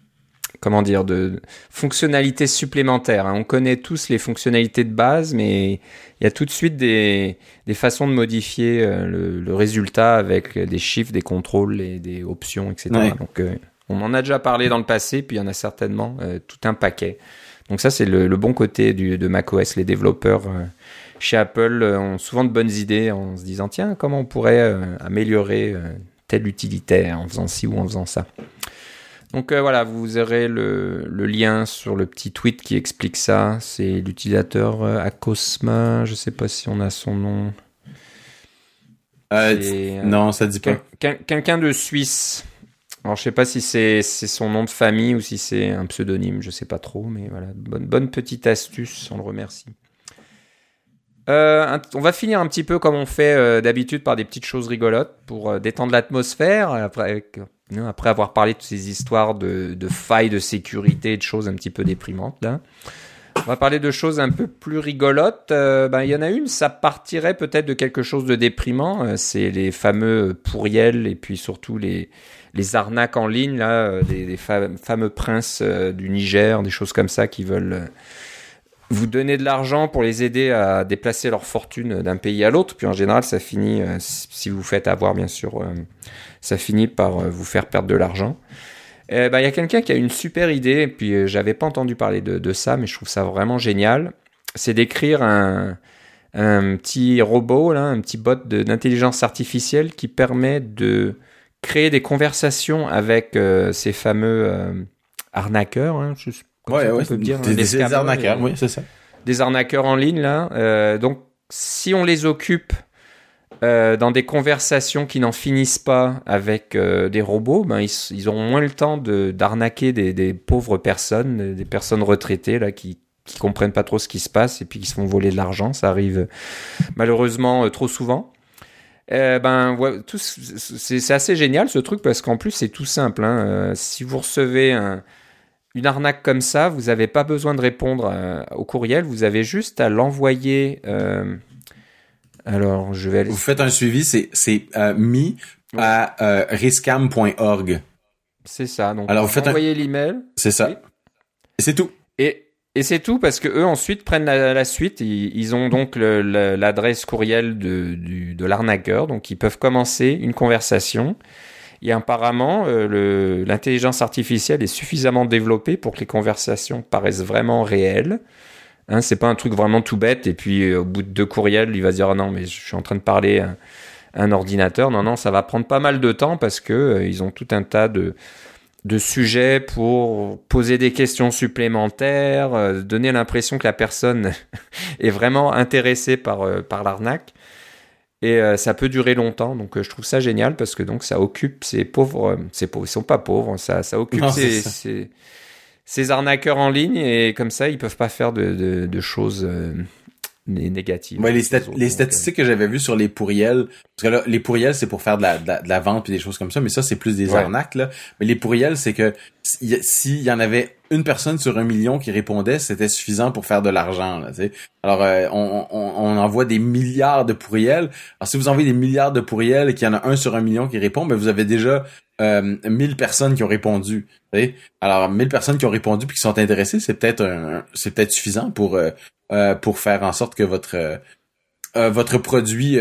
fonctionnalités supplémentaires. On connaît tous les fonctionnalités de base, mais il y a tout de suite des façons de modifier le résultat avec des chiffres, des contrôles et des options, etc. Ouais. Donc, on en a déjà parlé dans le passé, puis il y en a certainement tout un paquet. Donc ça, c'est le bon côté de macOS. Les développeurs chez Apple ont souvent de bonnes idées en se disant « Tiens, comment on pourrait améliorer tel utilitaire en faisant ci ou en faisant ça ?» Donc voilà, vous aurez le lien sur le petit tweet qui explique ça. C'est l'utilisateur Acosma, je ne sais pas si on a son nom. Non, ça ne dit pas. Quelqu'un de Suisse. Alors, je sais pas si c'est son nom de famille ou si c'est un pseudonyme, je sais pas trop, mais voilà, bonne petite astuce, on le remercie. On va finir un petit peu comme on fait d'habitude par des petites choses rigolotes pour détendre l'atmosphère, après avoir parlé de ces histoires de failles de sécurité et de choses un petit peu déprimantes, là. On va parler de choses un peu plus rigolotes. Il y en a une, ça partirait peut-être de quelque chose de déprimant, c'est les fameux pourriels et puis surtout les arnaques en ligne, là, des fameux princes du Niger, des choses comme ça qui veulent vous donner de l'argent pour les aider à déplacer leur fortune d'un pays à l'autre. Puis en général, ça finit, si vous faites avoir, bien sûr, ça finit par vous faire perdre de l'argent. Il y a quelqu'un qui a une super idée, et puis j'avais pas entendu parler de ça, mais je trouve ça vraiment génial. C'est d'écrire un un petit robot, là, un petit bot d'intelligence artificielle qui permet de créer des conversations avec ces fameux arnaqueurs, hein, on peut dire, des arnaqueurs, oui, c'est ça. Des arnaqueurs en ligne, là. Donc, si on les occupe dans des conversations qui n'en finissent pas avec des robots, ben ils auront moins le temps d'arnaquer des pauvres personnes, des personnes retraitées là qui comprennent pas trop ce qui se passe et puis qui se font voler de l'argent. Ça arrive malheureusement trop souvent. Ouais, c'est assez génial ce truc parce qu'en plus c'est tout simple. Hein. Si vous recevez une arnaque comme ça, vous n'avez pas besoin de répondre au courriel, vous avez juste à l'envoyer. Alors, je vais aller... Vous faites un suivi, c'est mis à riscam.org. C'est ça. Donc, alors, vous faites envoyez l'email. C'est ça. Oui. Et c'est tout. Et c'est tout parce que eux ensuite prennent la suite. Ils ont donc l'adresse courriel de l'arnaqueur, donc ils peuvent commencer une conversation. Et apparemment, l'intelligence artificielle est suffisamment développée pour que les conversations paraissent vraiment réelles. Hein, c'est pas un truc vraiment tout bête et puis au bout de 2 courriels, il va se dire ah non mais je suis en train de parler à un ordinateur. Non, ça va prendre pas mal de temps parce que ils ont tout un tas de sujets pour poser des questions supplémentaires, donner l'impression que la personne est vraiment intéressée par l'arnaque. Et ça peut durer longtemps, donc je trouve ça génial parce que donc ça occupe ces pauvres, ils sont pas pauvres, ça occupe ces arnaqueurs en ligne et comme ça ils peuvent pas faire de choses négatives. Ouais, les statistiques que j'avais vues sur les pourriels, parce que là, les pourriels c'est pour faire de la vente puis des choses comme ça, mais ça c'est plus des arnaques là. Mais les pourriels c'est que s'il y en avait une personne sur 1 million qui répondait, c'était suffisant pour faire de l'argent là, tu sais. Alors on envoie des milliards de pourriels. Alors si vous envoyez des milliards de pourriels et qu'il y en a un sur 1 million qui répond, ben vous avez déjà 1000 personnes qui ont répondu. Tu sais. Alors 1000 personnes qui ont répondu puis qui sont intéressées, c'est peut-être suffisant pour faire en sorte que votre produit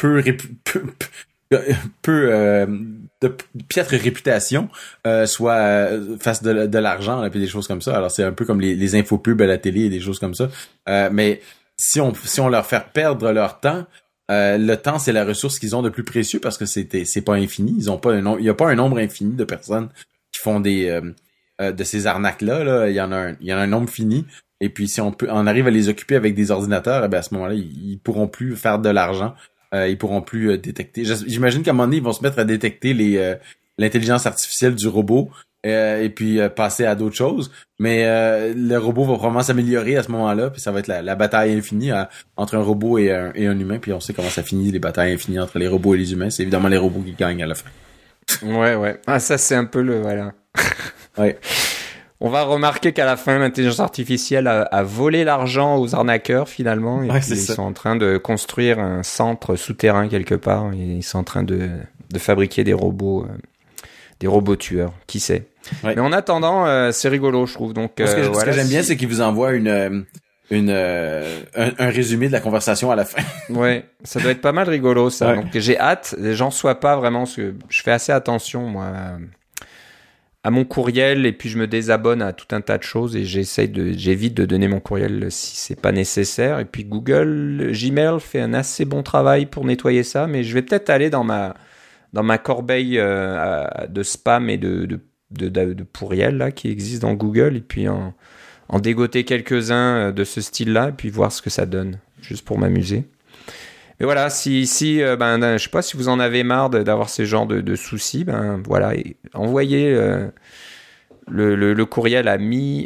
de piètre réputation fasse de l'argent et des choses comme ça. Alors c'est un peu comme les infopubs à la télé et des choses comme ça. Mais si on leur fait perdre leur temps, le temps c'est la ressource qu'ils ont de plus précieux parce que c'est pas infini. Il y a pas un nombre infini de personnes qui font de ces arnaques là. Il y en a un nombre fini. Et puis si on arrive à les occuper avec des ordinateurs, à ce moment-là, ils pourront plus faire de l'argent. Ils pourront plus détecter. J'imagine qu'à un moment donné, ils vont se mettre à détecter l'intelligence artificielle du robot et puis passer à d'autres choses. Mais le robot va probablement s'améliorer à ce moment-là, puis ça va être la bataille infinie entre un robot et un humain. Puis on sait comment ça finit, les batailles infinies entre les robots et les humains. C'est évidemment les robots qui gagnent à la fin. Ouais. Ah, ça c'est un peu voilà. Ouais. On va remarquer qu'à la fin, l'intelligence artificielle a volé l'argent aux arnaqueurs finalement. Et puis, ils sont en train de construire un centre souterrain quelque part. Et ils sont en train de fabriquer des robots tueurs. Qui sait. Ouais. Mais en attendant, c'est rigolo, je trouve. Donc, ce que j'aime bien, c'est qu'ils vous envoient un résumé de la conversation à la fin. Ouais, ça doit être pas mal rigolo ça. Ouais. Donc j'ai hâte. Les gens soient pas vraiment. Parce que je fais assez attention moi. À mon courriel et puis je me désabonne à tout un tas de choses et j'évite de donner mon courriel si c'est pas nécessaire. Et puis Gmail fait un assez bon travail pour nettoyer ça, mais je vais peut-être aller dans ma corbeille de spam et de pourriel là qui existe dans Google et puis en dégoter quelques-uns de ce style-là et puis voir ce que ça donne, juste pour m'amuser. Et voilà, si je sais pas si vous en avez marre d'avoir ces genres de soucis, voilà, envoyez le courriel à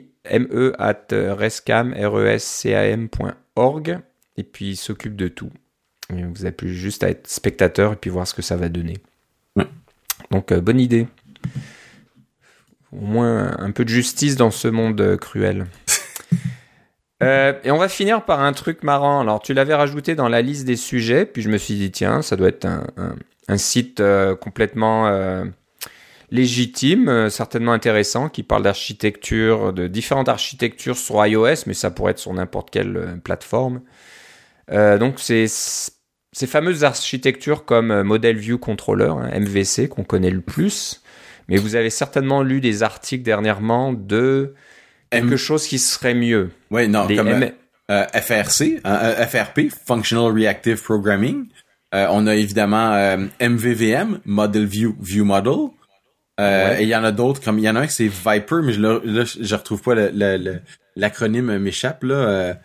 me@rescam.org et puis il s'occupe de tout. Et vous avez plus juste à être spectateur et puis voir ce que ça va donner. Ouais. Donc bonne idée. Au moins un peu de justice dans ce monde cruel. Et on va finir par un truc marrant. Alors, tu l'avais rajouté dans la liste des sujets, puis je me suis dit, tiens, ça doit être un site complètement légitime, certainement intéressant, qui parle d'architecture, de différentes architectures sur iOS, mais ça pourrait être sur n'importe quelle plateforme. Donc, c'est ces fameuses architectures comme Model View Controller, MVC, qu'on connaît le plus, mais vous avez certainement lu des articles dernièrement de quelque chose qui serait mieux. Oui, non, FRC, FRP, Functional Reactive Programming. On a évidemment MVVM, Model View Model. Et il y en a d'autres, comme il y en a un qui c'est Viper, mais je retrouve pas l'acronyme m'échappe là.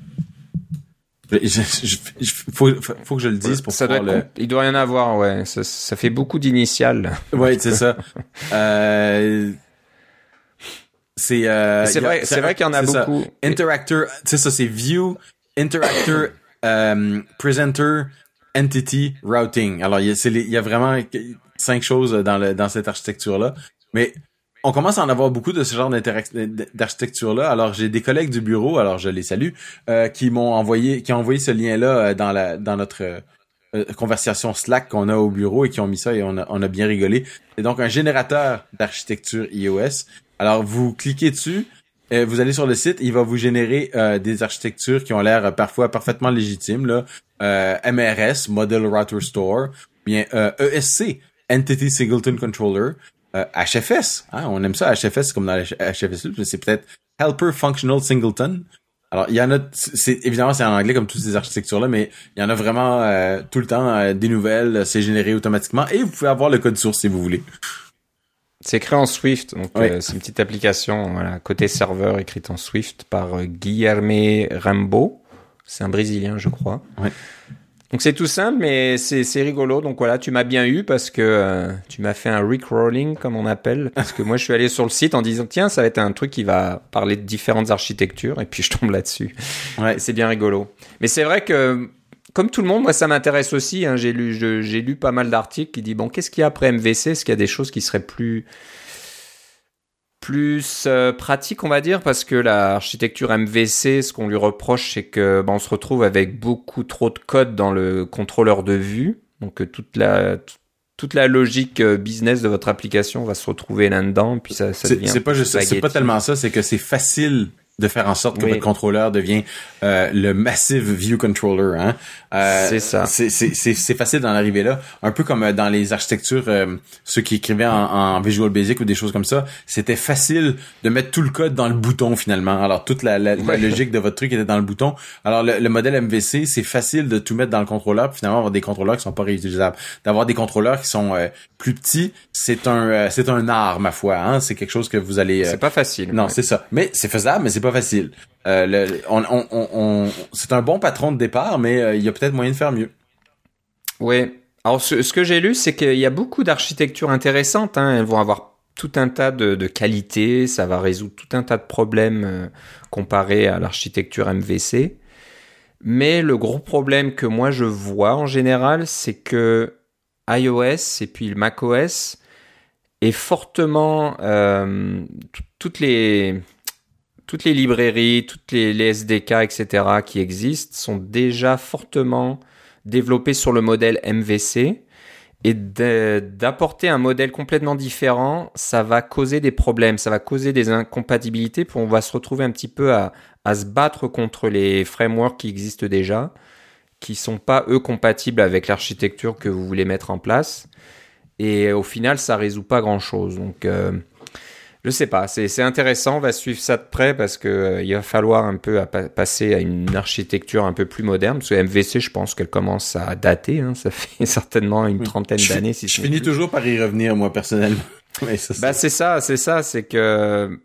Faut que je le dise pour ça pouvoir il doit y en avoir, ouais. Ça fait beaucoup d'initiales. Ouais, c'est ça. C'est vrai qu'il y en a beaucoup. Ça. Interactor, tu sais ça c'est View, Interactor, Presenter, Entity, Routing. Alors il y a vraiment 5 choses dans cette architecture-là. Mais on commence à en avoir beaucoup de ce genre d'architecture-là. Alors j'ai des collègues du bureau, alors je les salue, qui ont envoyé ce lien-là dans notre conversation Slack qu'on a au bureau et qui ont mis ça et on a bien rigolé. C'est donc un générateur d'architecture iOS. Alors vous cliquez dessus, vous allez sur le site, il va vous générer des architectures qui ont l'air parfois parfaitement légitimes là. MRS, Model Router Store, bien ESC, Entity Singleton Controller, HFS, hein, on aime ça HFS comme dans HFS, c'est peut-être Helper Functional Singleton. Alors il y en a, évidemment c'est en anglais comme toutes ces architectures là, mais il y en a vraiment tout le temps des nouvelles, c'est généré automatiquement et vous pouvez avoir le code source si vous voulez. C'est écrit en Swift, donc oui. C'est une petite application, voilà, côté serveur écrite en Swift par Guilherme Rambo. C'est un Brésilien, je crois. Ouais. Donc c'est tout simple, mais c'est rigolo. Donc voilà, tu m'as bien eu parce que tu m'as fait un rickrolling, comme on appelle. Parce que moi, je suis allé sur le site en disant, tiens, ça va être un truc qui va parler de différentes architectures. Et puis je tombe là-dessus. Ouais. Et c'est bien rigolo. Mais c'est vrai que, comme tout le monde, moi, ça m'intéresse aussi. Hein. J'ai lu pas mal d'articles qui disent, bon, qu'est-ce qu'il y a après MVC? Est-ce qu'il y a des choses qui seraient plus pratique, on va dire, parce que l'architecture MVC, ce qu'on lui reproche, c'est que on se retrouve avec beaucoup trop de code dans le contrôleur de vue. Donc toute la logique business de votre application va se retrouver là-dedans, puis ça devient c'est pas tellement ça, c'est que c'est facile de faire en sorte que votre contrôleur devient le Massive View Controller. Hein? C'est ça. C'est facile d'en arriver là. Un peu comme dans les architectures, ceux qui écrivaient en Visual Basic ou des choses comme ça, c'était facile de mettre tout le code dans le bouton finalement. Alors toute la logique de votre truc était dans le bouton. Alors le modèle MVC, c'est facile de tout mettre dans le contrôleur, puis finalement avoir des contrôleurs qui sont pas réutilisables. D'avoir des contrôleurs qui sont plus petits, c'est un art, ma foi. Hein? C'est quelque chose que vous allez... C'est pas facile. Non, c'est ça. Mais c'est faisable, mais c'est pas facile. C'est un bon patron de départ, mais il y a peut-être moyen de faire mieux. Oui. Alors, ce que j'ai lu, c'est qu'il y a beaucoup d'architectures intéressantes. Hein. Elles vont avoir tout un tas de qualités. Ça va résoudre tout un tas de problèmes comparés à l'architecture MVC. Mais le gros problème que moi je vois en général, c'est que iOS et puis le macOS est fortement... toutes les librairies, toutes les SDK, etc. qui existent sont déjà fortement développées sur le modèle MVC. Et d'apporter un modèle complètement différent, ça va causer des problèmes, ça va causer des incompatibilités. Puis on va se retrouver un petit peu à se battre contre les frameworks qui existent déjà, qui sont pas, eux, compatibles avec l'architecture que vous voulez mettre en place. Et au final, ça résout pas grand-chose. Donc... je sais pas, c'est intéressant, on va suivre ça de près parce que il va falloir un peu passer à une architecture un peu plus moderne, parce que MVC, je pense qu'elle commence à dater, hein, ça fait certainement une trentaine d'années. Je finis toujours par y revenir, moi, personnellement. Mais ça, c'est que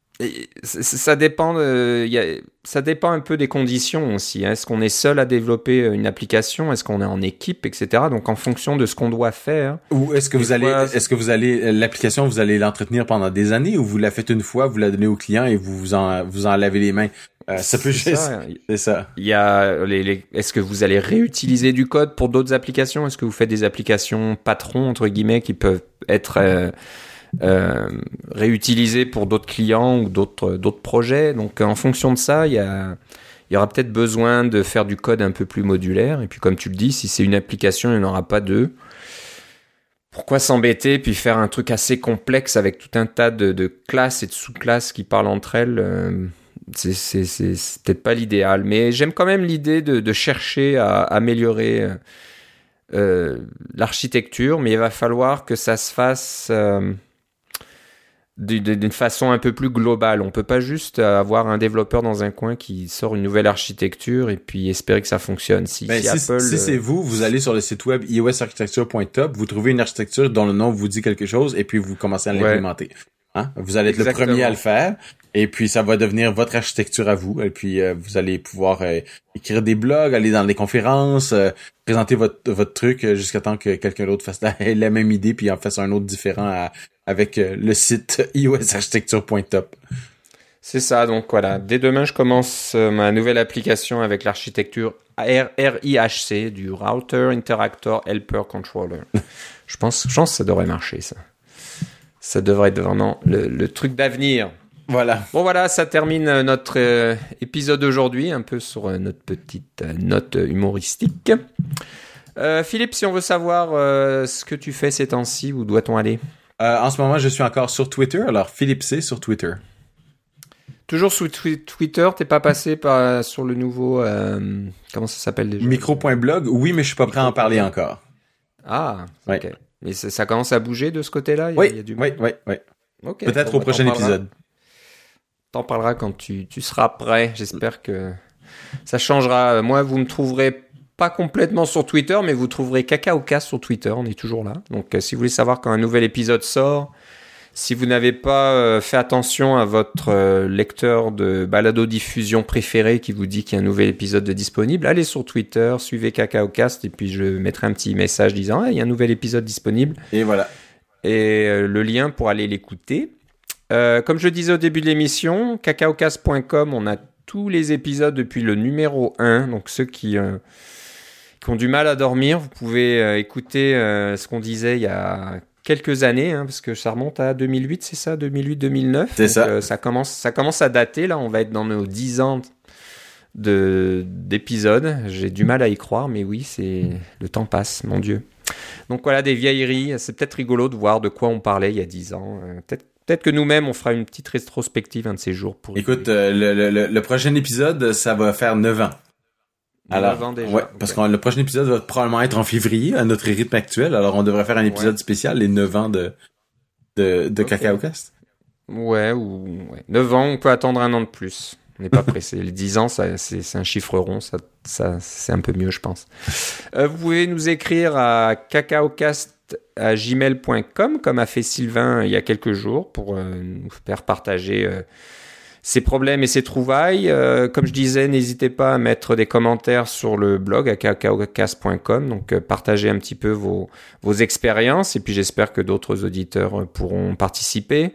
ça dépend ça dépend un peu des conditions aussi. Hein. Est-ce qu'on est seul à développer une application? Est-ce qu'on est en équipe, etc. Donc, en fonction de ce qu'on doit faire. Ou est-ce que vous allez l'application, vous allez l'entretenir pendant des années, ou vous la faites une fois, vous la donnez au client et vous en lavez les mains? Ça peut juste... C'est ça. Il y a est-ce que vous allez réutiliser du code pour d'autres applications? Est-ce que vous faites des applications patrons, entre guillemets, qui peuvent être... réutilisés pour d'autres clients ou d'autres projets. Donc en fonction de ça, il y aura peut-être besoin de faire du code un peu plus modulaire. Et puis comme tu le dis, si c'est une application, il n'y en aura pas deux. Pourquoi s'embêter puis faire un truc assez complexe avec tout un tas de classes et de sous-classes qui parlent entre elles? C'est peut-être pas l'idéal, mais j'aime quand même l'idée de chercher à améliorer l'architecture, mais il va falloir que ça se fasse d'une façon un peu plus globale. On peut pas juste avoir un développeur dans un coin qui sort une nouvelle architecture et puis espérer que ça fonctionne. Si c'est vous allez sur le site web iosarchitecture.top, vous trouvez une architecture dont le nom vous dit quelque chose et puis vous commencez à l'implémenter. Hein? Vous allez être le premier à le faire et puis ça va devenir votre architecture à vous et puis vous allez pouvoir écrire des blogs, aller dans des conférences, présenter votre truc jusqu'à temps que quelqu'un d'autre fasse la même idée puis en fasse un autre différent avec le site iosarchitecture.top. C'est ça, donc voilà. Dès demain, je commence ma nouvelle application avec l'architecture RIHC du Router Interactor Helper Controller. Je pense que ça devrait marcher, ça. Ça devrait être vraiment le truc d'avenir. Voilà. Bon, voilà, ça termine notre épisode d'aujourd'hui, un peu sur notre petite note humoristique. Philippe, si on veut savoir ce que tu fais ces temps-ci, où doit-on aller? En ce moment, je suis encore sur Twitter, alors Philippe C sur Twitter. Toujours sur Twitter, t'es pas passé sur le nouveau... comment ça s'appelle déjà? Micro.blog, oui, mais je suis pas prêt à en parler encore. Ah, ouais. Ok. Mais ça commence à bouger de ce côté-là? Oui. Okay, peut-être au prochain épisode. T'en parleras quand tu seras prêt. J'espère que ça changera. Moi, vous me trouverez pas complètement sur Twitter, mais vous trouverez CacaoCast sur Twitter. On est toujours là. Donc, si vous voulez savoir quand un nouvel épisode sort, si vous n'avez pas fait attention à votre lecteur de balado-diffusion préféré qui vous dit qu'il y a un nouvel épisode de disponible, allez sur Twitter, suivez CacaoCast et puis je mettrai un petit message disant il y a un nouvel épisode disponible. Et voilà. Et le lien pour aller l'écouter. Comme je disais au début de l'émission, cacaocast.com, on a tous les épisodes depuis le numéro 1. Donc ceux qui ont du mal à dormir, vous pouvez écouter ce qu'on disait il y a quelques années, parce que ça remonte à 2008, c'est ça, 2008-2009. C'est donc, ça. Ça commence à dater, là, on va être dans nos 10 ans d'épisodes. J'ai du mal à y croire, mais oui, le temps passe, mon Dieu. Donc voilà, des vieilleries, c'est peut-être rigolo de voir de quoi on parlait il y a 10 ans. Peut-être que nous-mêmes, on fera une petite rétrospective un de ces jours. Écoute, le prochain épisode, ça va faire 9 ans. Alors, 9 ans déjà. Ouais, parce que le prochain épisode va probablement être en février, à notre rythme actuel. Alors, on devrait faire un épisode spécial, les 9 ans de CacaoCast. Ouais. 9 ans, on peut attendre un an de plus. On n'est pas pressé. Les 10 ans, c'est un chiffre rond. Ça, c'est un peu mieux, je pense. Vous pouvez nous écrire à cacaocast@gmail.com, comme a fait Sylvain il y a quelques jours, pour nous faire partager ses problèmes et ses trouvailles. Comme je disais, n'hésitez pas à mettre des commentaires sur le blog à cacaocast.com. Donc, partagez un petit peu vos expériences. Et puis, j'espère que d'autres auditeurs pourront participer.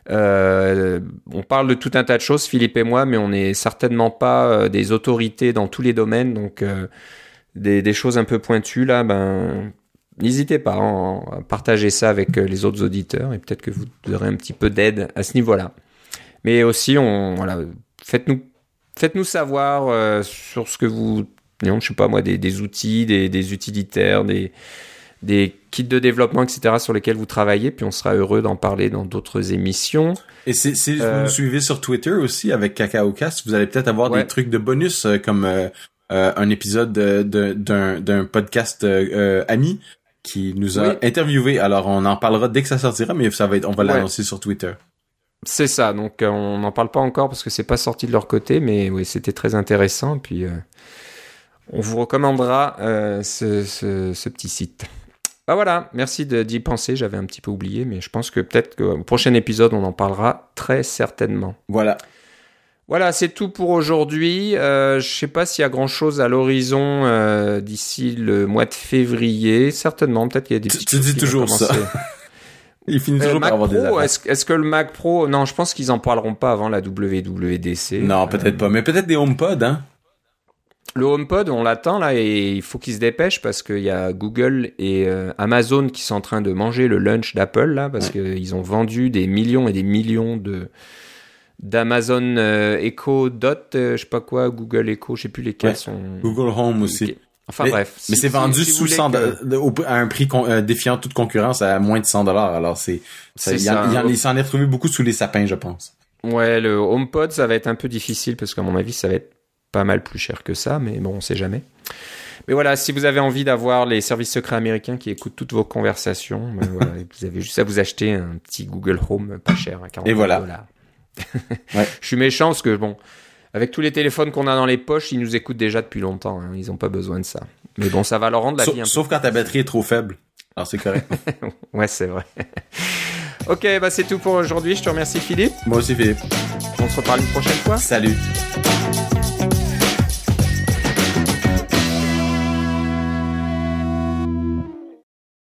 On parle de tout un tas de choses, Philippe et moi, mais on n'est certainement pas des autorités dans tous les domaines. Donc, des choses un peu pointues, là, n'hésitez pas à partager ça avec les autres auditeurs. Et peut-être que vous aurez un petit peu d'aide à ce niveau-là. Mais aussi, faites-nous savoir sur ce que vous, je sais pas moi, des outils, des utilitaires, des kits de développement, etc., sur lesquels vous travaillez, puis on sera heureux d'en parler dans d'autres émissions. Et si vous nous suivez sur Twitter aussi avec CacaoCast, vous allez peut-être avoir des trucs de bonus comme un épisode d'un podcast ami qui nous a interviewé. Alors on en parlera dès que ça sortira, mais on va l'annoncer sur Twitter. C'est ça, donc on n'en parle pas encore parce que c'est pas sorti de leur côté, mais oui, c'était très intéressant. Puis on vous recommandera ce petit site. Voilà, merci d'y penser, j'avais un petit peu oublié, mais je pense que peut-être qu'au prochain épisode, on en parlera très certainement. Voilà, c'est tout pour aujourd'hui. Je sais pas s'il y a grand-chose à l'horizon d'ici le mois de février. Certainement, peut-être qu'il y a des petites choses. Tu dis toujours ça. Il finit toujours par avoir des affaires. Est-ce que le Mac Pro... Non, je pense qu'ils en parleront pas avant la WWDC. Non, peut-être pas. Mais peut-être des HomePod, hein? Le HomePod, on l'attend là et il faut qu'il se dépêche parce qu'il y a Google et Amazon qui sont en train de manger le lunch d'Apple là parce qu'ils ont vendu des millions et des millions d'Amazon Echo Dot, je sais pas quoi, Google Echo, je sais plus lesquels sont... Google Home aussi. Okay. Enfin bref. Mais c'est vendu sous 100 à un prix défiant toute concurrence à moins de $100. Alors il s'en est retrouvé beaucoup sous les sapins, je pense. Ouais, le HomePod, ça va être un peu difficile parce qu'à mon avis, ça va être pas mal plus cher que ça, mais bon, on sait jamais. Mais voilà, si vous avez envie d'avoir les services secrets américains qui écoutent toutes vos conversations, voilà, vous avez juste à vous acheter un petit Google Home pas cher, à 40 Et voilà. $. Ouais. Je suis méchant parce que bon, avec tous les téléphones qu'on a dans les poches, ils nous écoutent déjà depuis longtemps. Hein, ils ont pas besoin de ça. Mais bon, ça va leur rendre la vie un peu. Sauf quand ta batterie est trop faible. Alors c'est correct. Ouais, c'est vrai. Ok, bah c'est tout pour aujourd'hui. Je te remercie Philippe. Moi aussi, Philippe. On se reparle une prochaine fois. Salut.